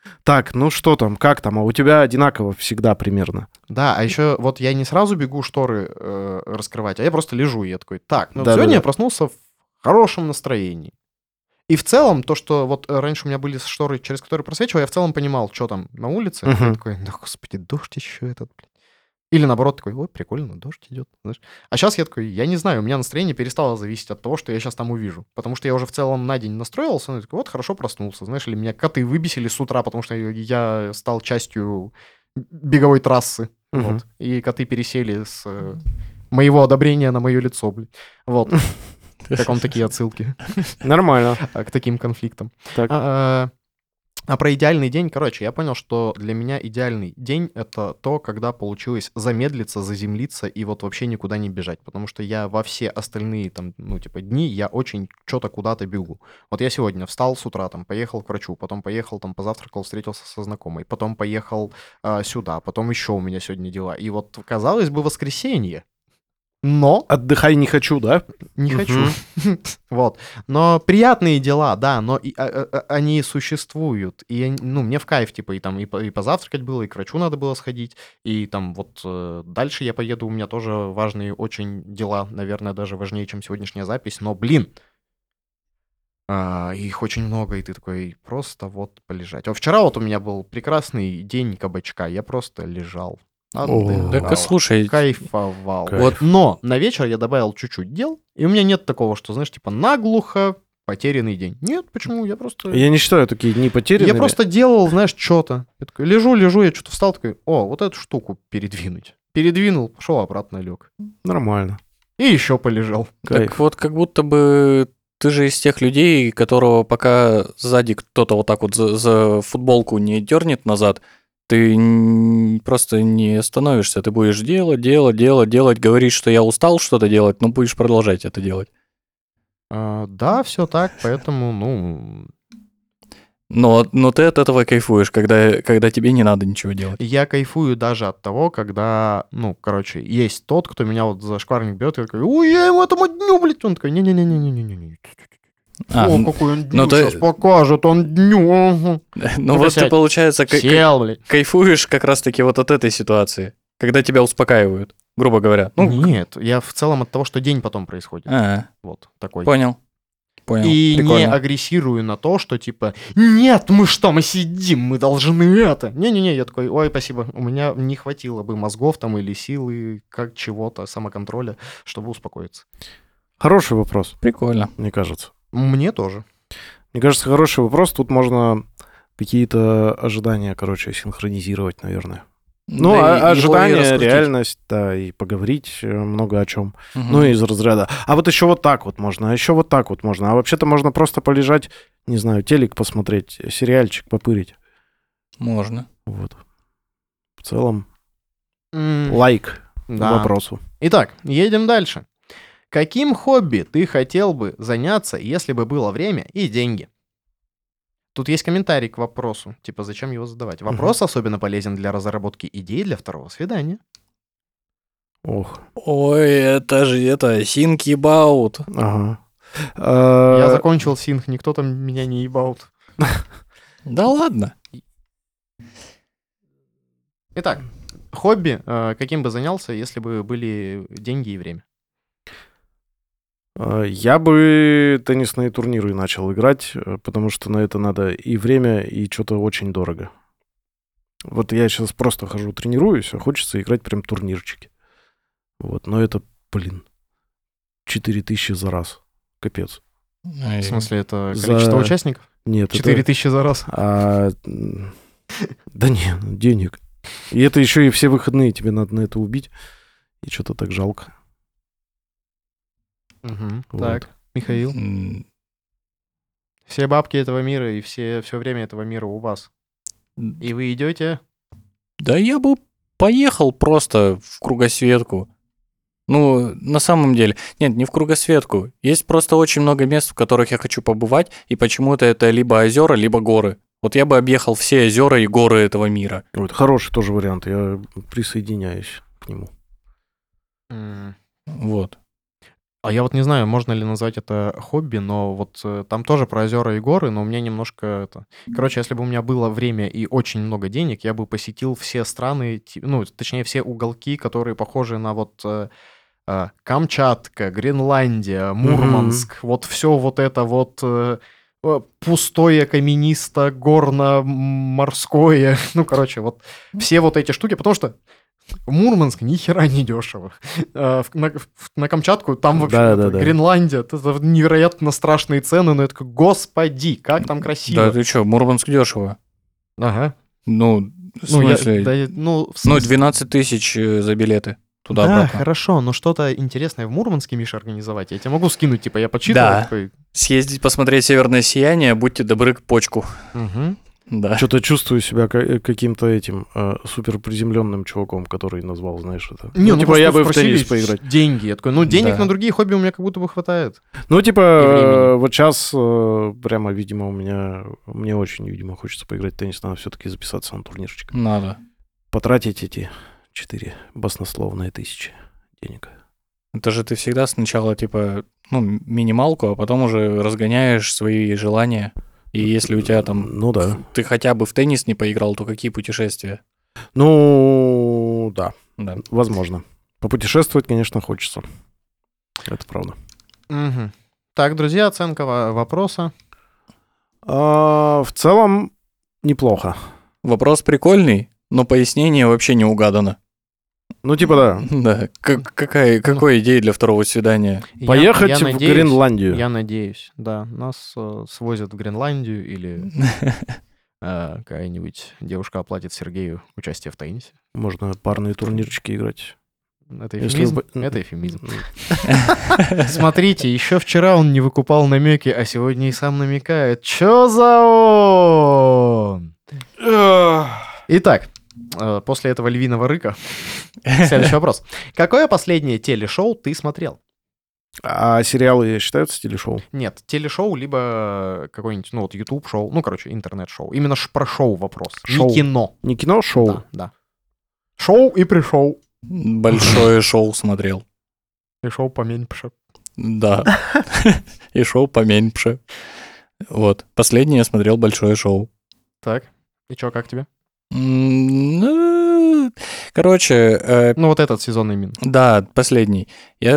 Speaker 2: Так, ну что там, как там? А у тебя одинаково всегда примерно.
Speaker 1: Да, а еще вот я не сразу бегу шторы раскрывать, а я просто лежу, и я такой, так, ну
Speaker 2: Да-да-да.
Speaker 1: сегодня я проснулся в хорошем настроении. И в целом, то, что вот раньше у меня были шторы, через которые просвечивал, я в целом понимал, что там на улице.
Speaker 2: Мгм.
Speaker 1: Я такой, да господи, дождь еще этот, блин. Или наоборот такой, ой, прикольно, дождь идет, знаешь. А сейчас я такой, я не знаю, у меня настроение перестало зависеть от того, что я сейчас там увижу. Потому что я уже в целом на день настроился, ну, и такой, вот, хорошо проснулся, знаешь, или меня коты выбесили с утра, потому что я стал частью беговой трассы,
Speaker 2: Мгм.
Speaker 1: вот. И коты пересели с моего одобрения на мое лицо, блин. Вот. Как вам такие отсылки
Speaker 2: Нормально.
Speaker 1: к таким конфликтам.
Speaker 2: Так.
Speaker 1: А про идеальный день, короче, я понял, что для меня идеальный день — это то, когда получилось замедлиться, заземлиться и вот вообще никуда не бежать. Потому что я во все остальные там, ну, типа, дни я очень что-то куда-то бегу. Вот я сегодня встал с утра, там, поехал к врачу, потом поехал, там, позавтракал, встретился со знакомой, потом поехал сюда, потом еще у меня сегодня дела. И вот, казалось бы, воскресенье, но
Speaker 2: Отдыхай не хочу, да?
Speaker 1: не
Speaker 2: Мгм.
Speaker 1: хочу. Вот. Но приятные дела, да, но они существуют. И, ну, мне в кайф, типа, и там и позавтракать было, и к врачу надо было сходить, и там вот дальше я поеду, у меня тоже важные очень дела, наверное, даже важнее, чем сегодняшняя запись, но, блин, их очень много, и ты такой, просто вот полежать. А вчера вот у меня был прекрасный день кабачка, я просто лежал, отдыхал,
Speaker 3: Так, слушай,
Speaker 1: кайфовал.
Speaker 2: Кайф.
Speaker 1: Вот, но на вечер я добавил чуть-чуть дел, и у меня нет такого, что, знаешь, типа наглухо потерянный день. Нет, почему? Я просто...
Speaker 2: Я не считаю такие дни потерянными.
Speaker 1: Я просто делал, знаешь, что-то. Я такой, лежу, я что-то встал, такой, о, вот эту штуку передвинуть. Передвинул, пошел обратно лег.
Speaker 2: Нормально.
Speaker 1: И еще полежал.
Speaker 2: Кайф.
Speaker 3: так вот как будто бы ты же из тех людей, которого пока сзади кто-то вот так вот за футболку не дернет назад, ты просто не остановишься, ты будешь делать, говорить, что я устал что-то делать, но будешь продолжать это делать.
Speaker 1: Да, все так, поэтому, ну,
Speaker 3: Но ты от этого кайфуешь, когда тебе не надо ничего делать.
Speaker 1: я кайфую даже от того, когда, ну, короче, есть тот, кто меня вот за шкварник берет, и такой, ой, я ему этому дню, блядь, он такой, не-не-не-не-не-не. О, какой он дню
Speaker 3: ты-
Speaker 1: сейчас покажет, он дню. Ага.
Speaker 3: Ну вот ты,
Speaker 1: сядь.
Speaker 3: получается,
Speaker 1: Сел, блядь.
Speaker 3: кайфуешь как раз-таки вот от этой ситуации, когда тебя успокаивают, грубо говоря. Ну,
Speaker 1: Нет, я в целом от того, что день потом происходит. Вот, такой.
Speaker 3: Понял.
Speaker 1: И не
Speaker 3: Прикольно.
Speaker 1: агрессирую на то, что типа, нет, мы сидим, мы должны это. Не-не-не, я такой, ой, спасибо, у меня не хватило бы мозгов там или силы, как чего-то, самоконтроля, чтобы успокоиться.
Speaker 2: Хороший вопрос,
Speaker 3: Прикольно.
Speaker 2: мне кажется.
Speaker 1: Мне тоже.
Speaker 2: Мне кажется, хороший вопрос. Тут можно какие-то ожидания, короче, синхронизировать, наверное. Ну,
Speaker 3: Да, его и
Speaker 2: ожидания,
Speaker 3: раскрутить.
Speaker 2: реальность, да, и поговорить много о чем.
Speaker 3: Мгм.
Speaker 2: Ну, из разряда. А вот еще вот так вот можно, а еще вот так вот можно. А вообще-то можно просто полежать, не знаю, телек посмотреть, сериальчик попырить.
Speaker 3: Можно.
Speaker 2: Вот. В целом,
Speaker 1: М,
Speaker 2: лайк
Speaker 1: да.
Speaker 2: вопросу.
Speaker 1: Итак, едем дальше. Каким хобби ты хотел бы заняться, если бы было время и деньги? Тут есть комментарий к вопросу, типа, зачем его задавать. Вопрос особенно полезен для разработки идей для второго свидания.
Speaker 2: Ох,
Speaker 3: Ой, это же think about.
Speaker 2: ага.
Speaker 1: Я закончил синх, никто там меня не ебаут.
Speaker 3: Да ладно.
Speaker 1: Итак, хобби, каким бы занялся, если бы были деньги и время?
Speaker 2: Я бы теннисные турниры начал играть, потому что на это надо и время, и что-то очень дорого. Вот я сейчас просто хожу, тренируюсь, а хочется играть прям турнирчики. Вот, но это, блин, 4000 за раз. Капец.
Speaker 1: В смысле, это
Speaker 2: За-
Speaker 1: количество участников?
Speaker 2: Нет,
Speaker 1: 4000 за раз.
Speaker 2: Да не, денег. И это еще и все выходные тебе надо на это убить. И что-то так жалко.
Speaker 1: Мгм.
Speaker 2: Вот.
Speaker 1: Так, Михаил,
Speaker 3: М,
Speaker 1: все бабки этого мира и все время этого мира у вас. И вы идете?
Speaker 3: Да я бы поехал просто в кругосветку. Ну, на самом деле, нет, не в кругосветку. Есть просто очень много мест, в которых я хочу побывать, и почему-то это либо озера, либо горы. Вот я бы объехал все озера и горы этого мира.
Speaker 2: Вот, хороший тоже вариант. Я присоединяюсь к нему.
Speaker 1: М,
Speaker 3: Вот.
Speaker 1: А я вот не знаю, можно ли назвать это хобби, но вот там тоже про озера и горы, но у меня немножко это... Короче, если бы у меня было время и очень много денег, я бы посетил все страны, ну, точнее, все уголки, которые похожи на вот Камчатка, Гренландия, Мурманск, вот все вот это вот пустое, каменисто, горно-морское, ну, короче, вот все вот эти штуки, потому что Мурманск ни хера не дешево. На Камчатку там вообще Гренландия, это невероятно страшные цены, но это как, господи, как там красиво.
Speaker 3: Да ты что, Мурманск дешево.
Speaker 1: Ага.
Speaker 3: Ну, в смысле? Ну, 12 тысяч за билеты. Туда-обратно.
Speaker 1: Да, хорошо, но что-то интересное в Мурманске, Миша, организовать. Я тебе могу скинуть, типа, я подсчитывал.
Speaker 3: Да, такой... съездить посмотреть «Северное сияние», будьте добры к почку.
Speaker 1: Угу.
Speaker 3: Да.
Speaker 2: Что-то чувствую себя каким-то этим супер приземленным чуваком, который назвал, знаешь, это.
Speaker 1: Не, ну
Speaker 2: типа я бы в теннис поиграть.
Speaker 1: Деньги. Я такой, ну, денег на другие хобби у меня как будто бы хватает.
Speaker 2: Ну, типа, вот сейчас прямо, видимо, мне очень, видимо, хочется поиграть в теннис, надо все-таки записаться на турнирчик.
Speaker 3: Надо.
Speaker 2: Потратить эти 4 баснословные тысячи денег.
Speaker 3: Это же ты всегда сначала, типа, ну, минималку, а потом уже разгоняешь свои желания. И если у тебя там...
Speaker 2: Ну да.
Speaker 3: Ты хотя бы в теннис не поиграл, то какие путешествия?
Speaker 2: Ну, да. Возможно. Попутешествовать, конечно, хочется. Это правда.
Speaker 1: Угу. Так, друзья, оценка вопроса.
Speaker 2: В целом, неплохо.
Speaker 3: Вопрос прикольный, но пояснение вообще не угадано.
Speaker 2: Ну, типа, да.
Speaker 3: Да. Какой идея для второго свидания?
Speaker 2: Поехать в Гренландию.
Speaker 1: Я надеюсь, да. Нас свозят в Гренландию или какая-нибудь девушка оплатит Сергею участие в теннисе.
Speaker 2: Можно парные турнирчики играть.
Speaker 1: Это эфемизм? Это эфемизм. Смотрите, еще вчера он не выкупал намеки, а сегодня и сам намекает. Чё за он? Итак, после этого львиного рыка следующий вопрос. Какое последнее телешоу ты смотрел?
Speaker 2: А сериалы считаются телешоу?
Speaker 1: Нет, телешоу, либо какой-нибудь, ну вот, YouTube-шоу, ну, короче, интернет-шоу. Именно про шоу вопрос.
Speaker 2: Шоу.
Speaker 1: Не кино.
Speaker 2: Не кино, шоу?
Speaker 1: Да. Шоу и пришел.
Speaker 3: Большое шоу смотрел.
Speaker 1: И шоу поменьше.
Speaker 3: Да. И шоу поменьше. Вот. Последнее я смотрел большое шоу.
Speaker 1: Так. И чё, как тебе?
Speaker 3: Короче...
Speaker 1: Ну, вот этот сезон именно.
Speaker 3: Да, последний.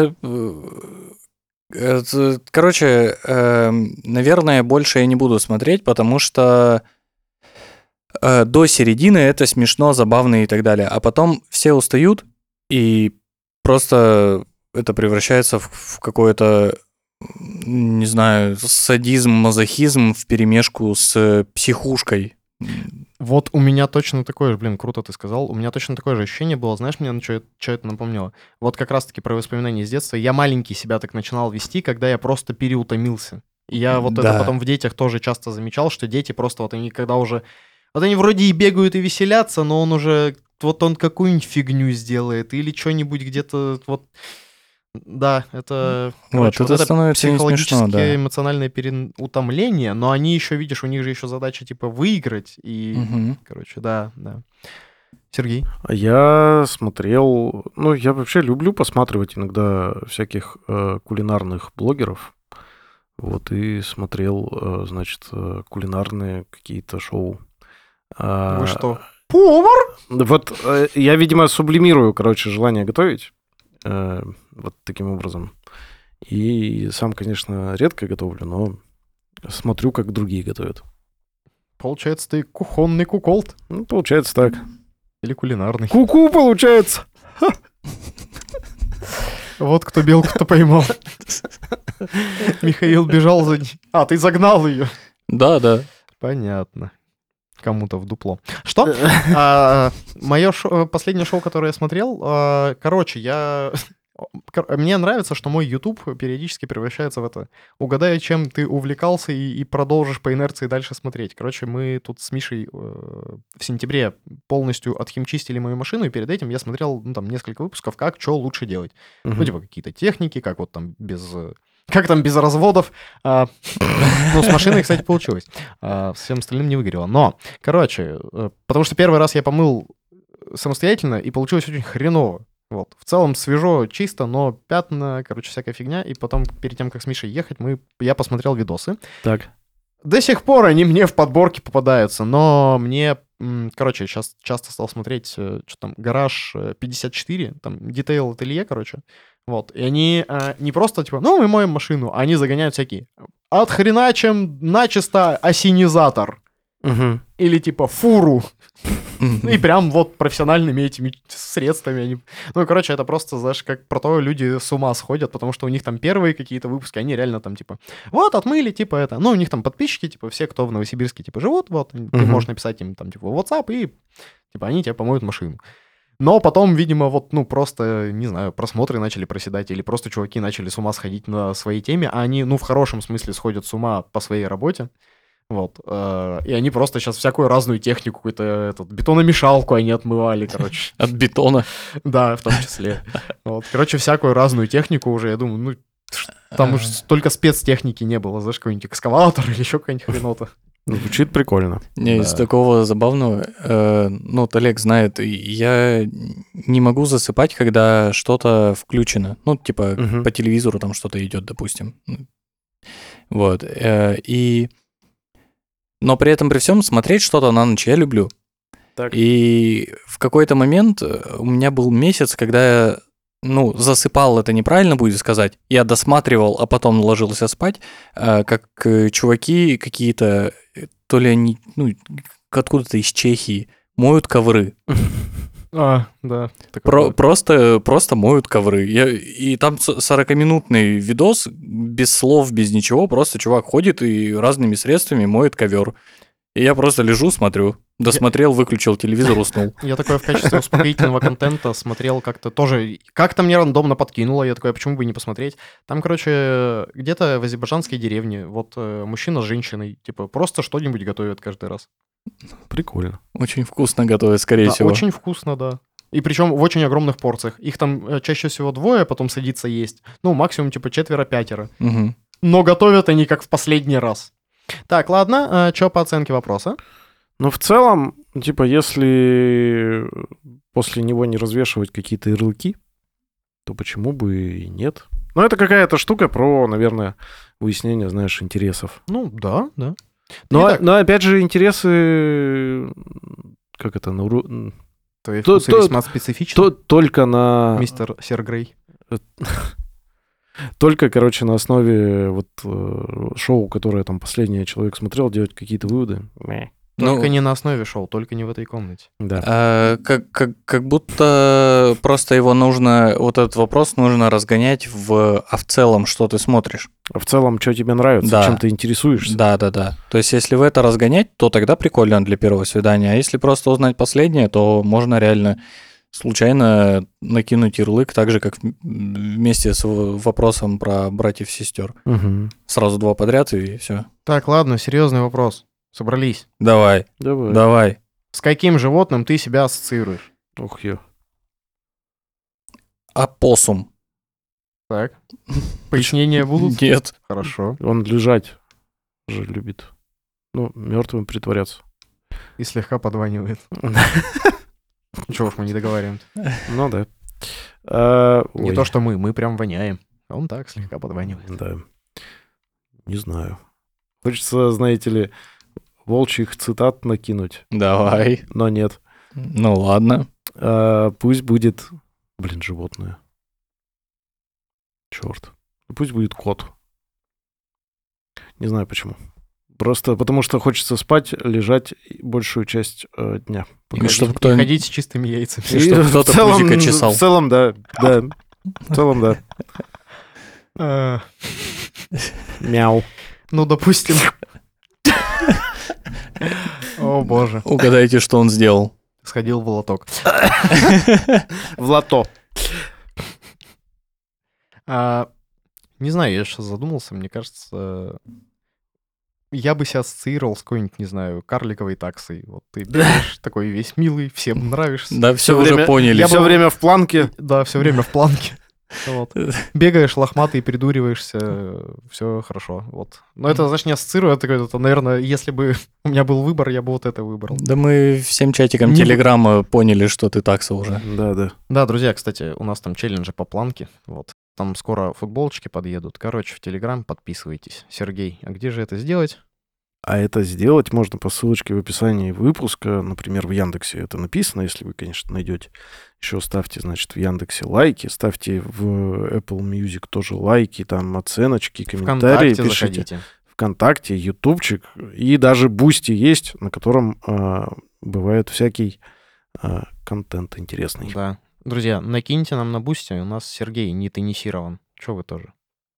Speaker 3: Короче, наверное, больше я не буду смотреть, потому что до середины это смешно, забавно и так далее. А потом все устают, и просто это превращается в какое-то, не знаю, садизм, мазохизм вперемешку с психушкой.
Speaker 1: Вот у меня точно такое же, блин, круто ты сказал, у меня точно такое же ощущение было, знаешь, мне что это напомнило? Вот как раз-таки про воспоминания из детства. Я маленький себя так начинал вести, когда я просто переутомился. И я вот это потом в детях тоже часто замечал, что дети просто вот они когда уже... Вот они вроде и бегают, и веселятся, но он уже... Вот он какую-нибудь фигню сделает или что-нибудь где-то вот... Да, это,
Speaker 3: короче, вот это становится
Speaker 1: психологическое,
Speaker 3: смешно, да.
Speaker 1: Эмоциональное переутомление, но они еще, видишь, у них же еще задача типа выиграть, и, короче, да. Сергей?
Speaker 2: Я смотрел, ну, я вообще люблю посматривать иногда всяких кулинарных блогеров, вот, и смотрел, значит, кулинарные какие-то шоу.
Speaker 1: Вы что, повар?
Speaker 2: Вот я, видимо, сублимирую, короче, желание готовить. Вот таким образом. И сам, конечно, редко готовлю, но смотрю, как другие готовят.
Speaker 1: Получается, ты кухонный куколд?
Speaker 2: Ну, получается так.
Speaker 1: Или кулинарный.
Speaker 2: Ку-ку, получается.
Speaker 1: Вот кто белку-то поймал. Михаил бежал за ней. А, ты загнал ее.
Speaker 3: Да.
Speaker 1: Понятно. Кому-то в дупло. Что? Мое последнее шоу, которое я смотрел, короче, мне нравится, что мой YouTube периодически превращается в это. Угадай, чем ты увлекался, и продолжишь по инерции дальше смотреть. Короче, мы тут с Мишей в сентябре полностью отхимчистили мою машину, и перед этим я смотрел, ну, там, несколько выпусков, как, что лучше делать. Ну, типа, какие-то техники, как вот там Как там без разводов? Ну, с машиной, кстати, получилось. С всем остальным не выгорело. Но, короче, потому что первый раз я помыл самостоятельно, и получилось очень хреново. Вот. В целом свежо, чисто, но пятна, короче, всякая фигня. И потом, перед тем, как с Мишей ехать, я посмотрел видосы.
Speaker 2: Так.
Speaker 1: До сих пор они мне в подборке попадаются, но мне, короче, сейчас часто стал смотреть, что там, «Гараж 54», там, Detail Atelier, короче. Вот. И они не просто, типа, ну, мы моем машину, а они загоняют всякие. Отхреначим начисто осенизатор.
Speaker 2: Угу.
Speaker 1: Или, типа, фуру. И прям вот профессиональными этими средствами они... Ну, короче, это просто, знаешь, как про то люди с ума сходят, потому что у них там первые какие-то выпуски, они реально там, типа, вот, отмыли, типа, это... Ну, у них там подписчики, типа, все, кто в Новосибирске, типа, живут, вот, ты можешь написать им там, типа, WhatsApp, и, типа, они тебе помоют машину. Но потом, видимо, вот, ну, просто, не знаю, просмотры начали проседать, или просто чуваки начали с ума сходить на своей теме, а они, ну, в хорошем смысле сходят с ума по своей работе. Вот. И они просто сейчас всякую разную технику, какую-то бетономешалку они отмывали, короче.
Speaker 3: От бетона.
Speaker 1: Да, в том числе. Вот. Короче, всякую разную технику уже, я думаю, ну, там уж столько спецтехники не было, знаешь, какой-нибудь экскаватор или еще какая-нибудь хренота.
Speaker 2: Звучит прикольно.
Speaker 3: Не, из такого забавного, ну, вот Олег знает, я не могу засыпать, когда что-то включено. Ну, типа, по телевизору там что-то идет, допустим. Вот. Но при этом, при всем, смотреть что-то на ночь я люблю.
Speaker 2: Так.
Speaker 3: И в какой-то момент у меня был месяц, когда я, ну, засыпал, это неправильно будет сказать, я досматривал, а потом ложился спать, как чуваки какие-то, то ли они, ну, откуда-то из Чехии, моют ковры.
Speaker 1: Да.
Speaker 3: Просто моют ковры. И там 40-минутный видос, без слов, без ничего, просто чувак ходит и разными средствами моет ковер. И я просто лежу, смотрю. Досмотрел, выключил телевизор, уснул.
Speaker 1: Я такое в качестве успокоительного контента смотрел как-то тоже. Как-то мне рандомно подкинуло, я такой, почему бы и не посмотреть? Там, короче, где-то в азербайджанской деревне, вот мужчина с женщиной, типа, просто что-нибудь готовят каждый раз.
Speaker 2: Прикольно.
Speaker 3: Очень вкусно готовят, скорее всего.
Speaker 1: Очень вкусно, да. И причем в очень огромных порциях. Их там чаще всего двое, потом садится есть. Ну, максимум, типа, 4-5.
Speaker 3: Угу.
Speaker 1: Но готовят они как в последний раз. Так, ладно, что по оценке вопроса?
Speaker 2: Ну, в целом, типа, если после него не развешивать какие-то ярлыки, то почему бы и нет? Ну, это какая-то штука про, наверное, выяснение, знаешь, интересов.
Speaker 1: Ну, да.
Speaker 2: Но опять же, интересы... Как это?
Speaker 1: Твои вкусы весьма специфичны.
Speaker 2: Только на...
Speaker 1: Мистер Сергрей.
Speaker 2: Только, короче, на основе вот шоу, которое там последний человек смотрел, делать какие-то выводы.
Speaker 1: Только не на основе шоу, только не в этой комнате.
Speaker 2: Да.
Speaker 3: Как будто просто его нужно, вот этот вопрос нужно разгонять а в целом, что ты смотришь.
Speaker 2: А в целом, что тебе нравится,
Speaker 3: Да.
Speaker 2: чем ты интересуешься.
Speaker 3: Да. То есть, если в это разгонять, то тогда прикольно для первого свидания. А если просто узнать последнее, то можно реально случайно накинуть ярлык, так же, как вместе с вопросом про братьев-сестер.
Speaker 2: Угу.
Speaker 3: Сразу два подряд, и все.
Speaker 1: Так, ладно, серьезный вопрос. Собрались.
Speaker 3: Давай.
Speaker 1: С каким животным ты себя ассоциируешь?
Speaker 2: Ох, я.
Speaker 3: Опоссум.
Speaker 1: Так. Пояснения будут?
Speaker 3: Нет.
Speaker 1: Хорошо.
Speaker 2: Он лежать же любит. Ну, мертвым притворяться.
Speaker 1: И слегка подванивает. Чего ж мы не договариваем?
Speaker 2: Ну да.
Speaker 1: Не то, что мы прям воняем. А он так слегка подванивает.
Speaker 2: Да. Не знаю. Хочется, знаете ли, волчьих цитат накинуть.
Speaker 3: Давай.
Speaker 2: Но нет.
Speaker 3: Ну ладно.
Speaker 2: Пусть будет... Блин, животное. Черт. Пусть будет кот. Не знаю почему. Просто потому что хочется спать, лежать большую часть дня.
Speaker 3: Чтобы
Speaker 1: И ходить с чистыми яйцами.
Speaker 3: И чтобы кто-то пузико чесал.
Speaker 2: В целом, да. В целом, да. Мяу.
Speaker 1: Ну, допустим. О, боже.
Speaker 3: Угадайте, что он сделал.
Speaker 1: Сходил в лоток.
Speaker 2: В лото.
Speaker 1: Не знаю, я сейчас задумался, мне кажется, я бы себя ассоциировал с какой-нибудь, не знаю, карликовой таксой. Вот ты бежишь, такой весь милый, всем нравишься.
Speaker 3: Да, все уже поняли.
Speaker 2: Я все время в планке.
Speaker 1: Да, все время в планке. Вот. Бегаешь лохматый, придуриваешься, все хорошо. Вот. Но это, знаешь, не ассоциирую, это, наверное, если бы у меня был выбор, я бы вот это выбрал.
Speaker 3: Да мы всем чатикам
Speaker 1: Не
Speaker 3: Телеграма поняли, что ты такса уже.
Speaker 2: Да.
Speaker 1: Да, друзья, кстати, у нас там челленджи по планке. Вот. Там скоро футболочки подъедут. Короче, в Телеграм подписывайтесь. Сергей, а где же это сделать?
Speaker 2: А это сделать можно по ссылочке в описании выпуска. Например, в Яндексе это написано, если вы, конечно, найдете. Еще ставьте, значит, в Яндексе лайки, ставьте в Apple Music тоже лайки, там оценочки, комментарии
Speaker 1: ВКонтакте
Speaker 2: пишите.
Speaker 1: заходите.
Speaker 2: ВКонтакте, Ютубчик и даже Бусти есть, на котором бывает всякий контент интересный.
Speaker 1: Да. Друзья, накиньте нам на Бусти, у нас Сергей не тонисирован. Че вы тоже?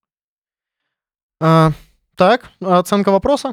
Speaker 1: Так, оценка вопроса?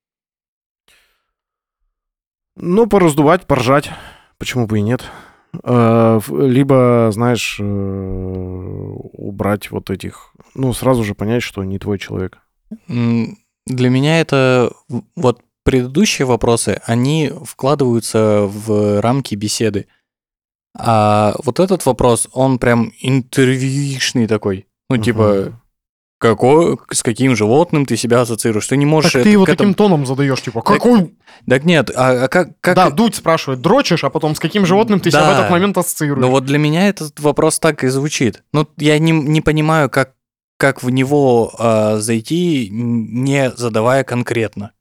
Speaker 2: Ну, пораздувать, поржать. Почему бы и нет? Либо, знаешь, убрать вот этих... Ну, сразу же понять, что не твой человек.
Speaker 3: Для меня это... Вот предыдущие вопросы, они вкладываются в рамки беседы. А вот этот вопрос, он прям интервьюишный такой. Ну, типа... с каким животным ты себя ассоциируешь? Ты не можешь...
Speaker 1: Так ты его таким тоном задаешь, типа, какой...
Speaker 3: Так нет, а как...
Speaker 1: Да, Дудь спрашивает, дрочишь, а потом с каким животным ты себя в этот момент ассоциируешь?
Speaker 3: Ну вот для меня этот вопрос так и звучит. Ну, я не понимаю, как в него зайти, не задавая конкретно.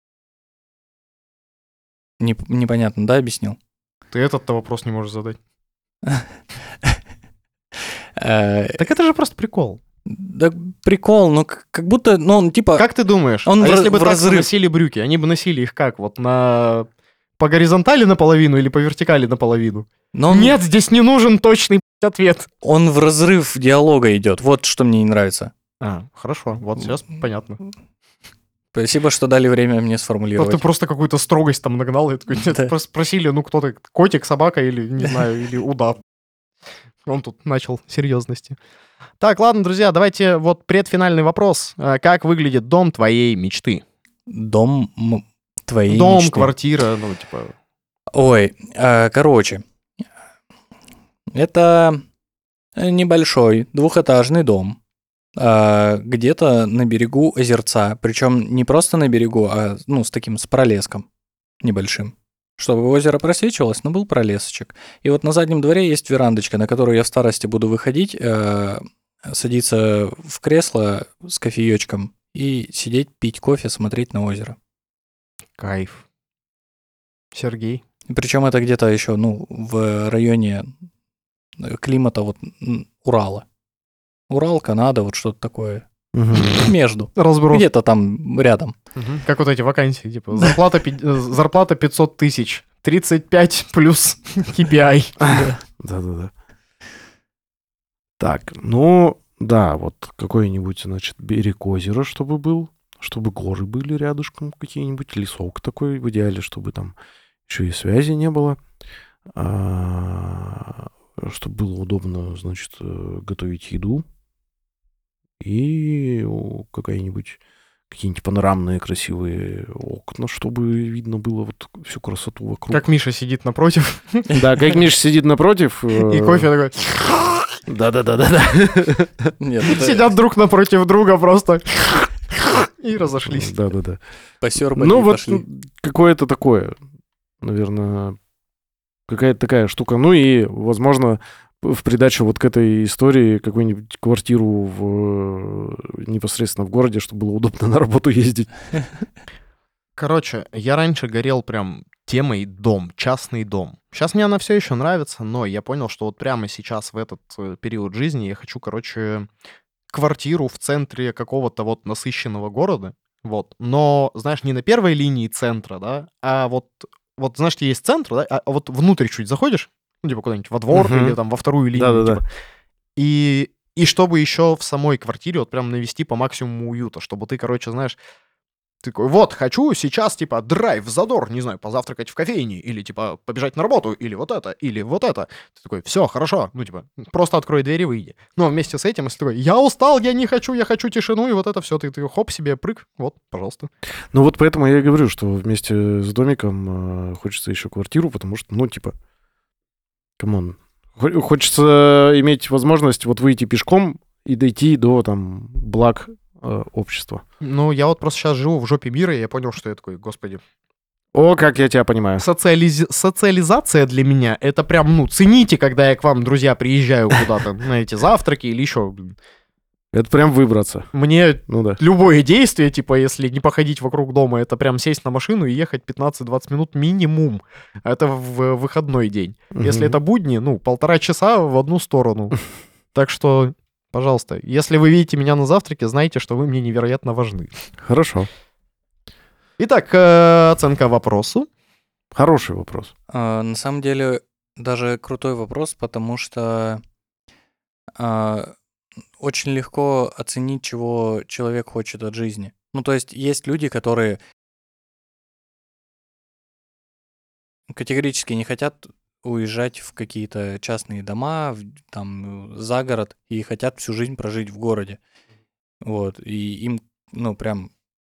Speaker 3: Непонятно, да, объяснил?
Speaker 1: Ты этот-то вопрос не можешь задать.
Speaker 3: Так
Speaker 1: это же просто прикол.
Speaker 3: Да прикол, ну как будто, ну он типа...
Speaker 1: Как ты думаешь, если бы таксы носили брюки, они бы носили их как? Вот по горизонтали наполовину или по вертикали наполовину? Нет, здесь не нужен точный ответ.
Speaker 3: Он в разрыв диалога идет, вот что мне не нравится.
Speaker 1: Хорошо, вот сейчас понятно.
Speaker 3: Спасибо, что дали время мне сформулировать.
Speaker 1: Ты просто какую-то строгость там нагнал, и такой, спросили, ну кто ты, котик, собака или, не знаю, или удав. Он тут начал серьезности. Так, ладно, друзья, давайте вот предфинальный вопрос. Как выглядит дом твоей мечты?
Speaker 3: Дом твоей мечты?
Speaker 1: Дом, квартира, ну, типа...
Speaker 3: Ой, короче. Это небольшой двухэтажный дом. Где-то на берегу озерца. Причем не просто на берегу, а ну, с пролеском небольшим. Чтобы озеро просвечивалось, но был пролесочек. И вот на заднем дворе есть верандочка, на которую я в старости буду выходить, садиться в кресло с кофеечком и сидеть, пить кофе, смотреть на озеро.
Speaker 1: Кайф. Сергей?
Speaker 3: Причем это где-то еще, ну, в районе климата вот Урала. Урал, Канада, вот что-то такое. Между.
Speaker 1: Разброс.
Speaker 3: Где-то там рядом.
Speaker 1: Как вот эти вакансии, типа, зарплата 500 тысяч, 35 плюс KPI.
Speaker 2: Да. Так, ну, да, вот какой-нибудь, значит, берег озера, чтобы был, чтобы горы были рядышком какие-нибудь, лесок такой, в идеале, чтобы там еще и связи не было, чтобы было удобно, значит, готовить еду, и какие-нибудь панорамные красивые окна, чтобы видно было вот всю красоту вокруг.
Speaker 1: Как Миша сидит напротив.
Speaker 2: Да, как Миша сидит напротив.
Speaker 1: И кофе такой...
Speaker 2: Да.
Speaker 1: Сидят друг напротив друга просто... И разошлись.
Speaker 2: Да.
Speaker 3: Посёрбали
Speaker 2: ну
Speaker 3: и
Speaker 2: вот
Speaker 3: пошли.
Speaker 2: Какое-то такое, наверное, какая-то такая штука. Ну и, возможно, в придачу вот к этой истории какую-нибудь квартиру непосредственно в городе, чтобы было удобно на работу ездить.
Speaker 1: Короче, я раньше горел прям темой дом, частный дом. Сейчас мне она все еще нравится, но я понял, что вот прямо сейчас, в этот период жизни, я хочу, короче, квартиру в центре какого-то вот насыщенного города, вот. Но, знаешь, не на первой линии центра, да, а вот знаешь, есть центр, да, а вот внутрь чуть заходишь, ну, типа куда-нибудь во двор или там во вторую линию,
Speaker 2: Да.
Speaker 1: типа. И чтобы еще в самой квартире вот прям навести по максимуму уюта, чтобы ты, короче, знаешь, ты такой, вот, хочу сейчас, типа, драйв, задор, не знаю, позавтракать в кофейне, или, типа, побежать на работу, или вот это. Ты такой, все, хорошо, ну, типа, просто открой дверь и выйди. Но вместе с этим, если ты такой, я устал, я не хочу, я хочу тишину, и вот это все, ты хоп, себе прыг, вот, пожалуйста.
Speaker 2: Ну вот поэтому я и говорю, что вместе с домиком хочется еще квартиру, потому что, ну, типа, камон, Хочется иметь возможность вот выйти пешком и дойти до там благ общества.
Speaker 1: Ну, я вот просто сейчас живу в жопе мира, и я понял, что я такой, господи.
Speaker 2: О, как я тебя понимаю.
Speaker 1: Социализация для меня, это прям, ну, цените, когда я к вам, друзья, приезжаю куда-то на эти завтраки или еще.
Speaker 2: Это прям выбраться.
Speaker 1: Мне
Speaker 2: Ну да.
Speaker 1: любое действие, типа, если не походить вокруг дома, это прям сесть на машину и ехать 15-20 минут минимум. Это в выходной день. Если это будни, ну, 1,5 часа в одну сторону. Так что, пожалуйста, если вы видите меня на завтраке, знайте, что вы мне невероятно важны.
Speaker 2: Хорошо.
Speaker 1: Итак, оценка вопросу.
Speaker 2: Хороший вопрос.
Speaker 3: На самом деле, даже крутой вопрос, потому что очень легко оценить, чего человек хочет от жизни. Ну, то есть люди, которые категорически не хотят уезжать в какие-то частные дома, там, за город, и хотят всю жизнь прожить в городе. Вот, и им, ну, прям,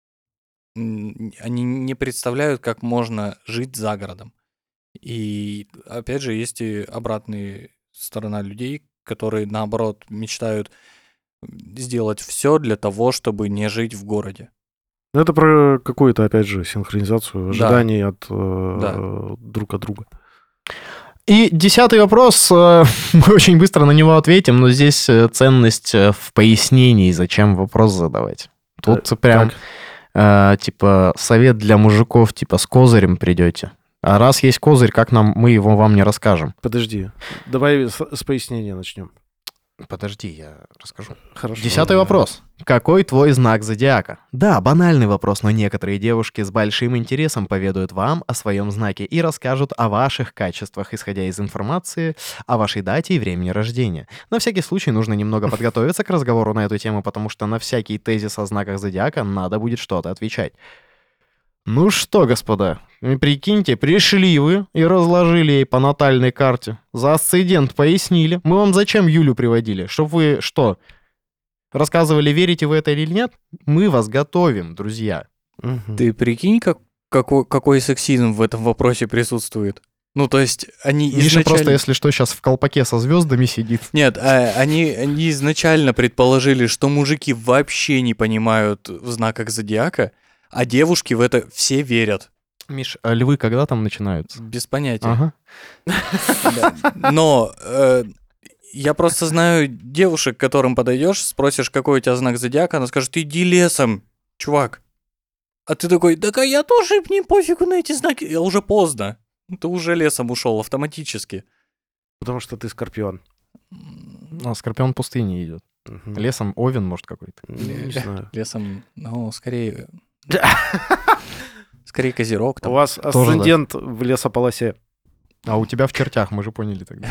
Speaker 3: они не представляют, как можно жить за городом. И, опять же, есть и обратная сторона людей, которые, наоборот, мечтают сделать все для того, чтобы не жить в городе.
Speaker 2: Ну, это про какую-то, опять же, синхронизацию ожиданий от
Speaker 3: Да.
Speaker 2: друг от друга.
Speaker 1: И 10-й вопрос, мы очень быстро на него ответим, но здесь ценность в пояснении, зачем вопрос задавать. Тут прям, типа, совет для мужиков, типа, с козырем придете. А раз есть козырь, как мы его вам не расскажем?
Speaker 2: Подожди, давай с пояснения начнем.
Speaker 1: Подожди, я расскажу.
Speaker 2: Хорошо.
Speaker 1: 10-й вопрос. Какой твой знак зодиака? Да, банальный вопрос, но некоторые девушки с большим интересом поведают вам о своем знаке и расскажут о ваших качествах, исходя из информации о вашей дате и времени рождения. На всякий случай нужно немного подготовиться к разговору на эту тему, потому что на всякий тезис о знаках зодиака надо будет что-то отвечать. Ну что, господа, прикиньте, пришли вы и разложили ей по натальной карте. За асцендент пояснили. Мы вам зачем Юлю приводили? Чтоб вы что, рассказывали, верите вы это или нет? Мы вас готовим, друзья.
Speaker 3: Ты прикинь, какой сексизм в этом вопросе присутствует? Ну, то есть, они
Speaker 1: Миша
Speaker 3: изначально...
Speaker 1: просто, если что, сейчас в колпаке со звездами сидит.
Speaker 3: Нет, они изначально предположили, что мужики вообще не понимают в знаках зодиака, а девушки в это все верят.
Speaker 1: Миш, а львы когда там начинаются?
Speaker 3: Без понятия.
Speaker 1: Ага.
Speaker 3: Да. Но я просто знаю девушек, к которым подойдешь, спросишь, какой у тебя знак зодиака, она скажет: иди лесом, чувак. А ты такой: так а я тоже, мне пофигу на эти знаки. Я уже поздно. Ты уже лесом ушел автоматически.
Speaker 2: Потому что ты скорпион.
Speaker 1: А, скорпион пустыни идет. Лесом овен, может, какой-то.
Speaker 2: Не знаю.
Speaker 3: Лесом, ну, скорее... Скорее козерог.
Speaker 2: У вас асцендент в лесополосе.
Speaker 1: А у тебя в чертях, мы же поняли тогда.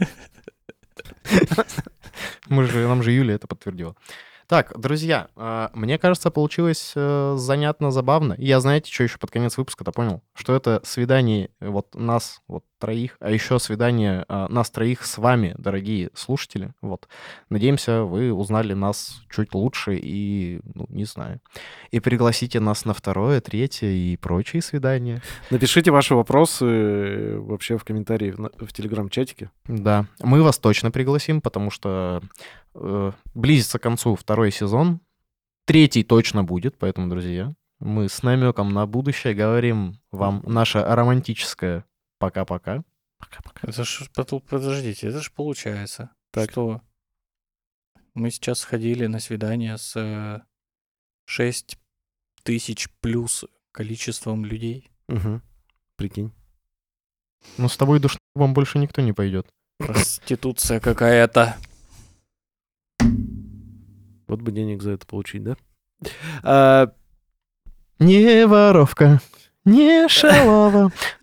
Speaker 1: Нам же Юля это подтвердила. Так, друзья, мне кажется, получилось занятно, забавно. И я, знаете, что еще под конец выпуска-то понял? Что это свидание вот нас, вот троих, а еще свидание нас троих с вами, дорогие слушатели. Вот. Надеемся, вы узнали нас чуть лучше и, ну, не знаю. И пригласите нас на 2-е, 3-е и прочие свидания.
Speaker 2: Напишите ваши вопросы вообще в комментарии в телеграм-чатике.
Speaker 1: Да, мы вас точно пригласим, потому что близится к концу 2-й сезон. 3-й точно будет, поэтому, друзья, мы с намеком на будущее говорим вам наше романтическое пока-пока. Пока-пока.
Speaker 3: Это ж, подождите, это же получается,
Speaker 2: Так.
Speaker 3: что мы сейчас сходили на свидание с 6 тысяч плюс количеством людей.
Speaker 2: Угу. Прикинь.
Speaker 1: Ну, с тобой вам больше никто не пойдет.
Speaker 3: Проституция какая-то.
Speaker 2: Вот бы денег за это получить, да?
Speaker 1: Не воровка, не шалава,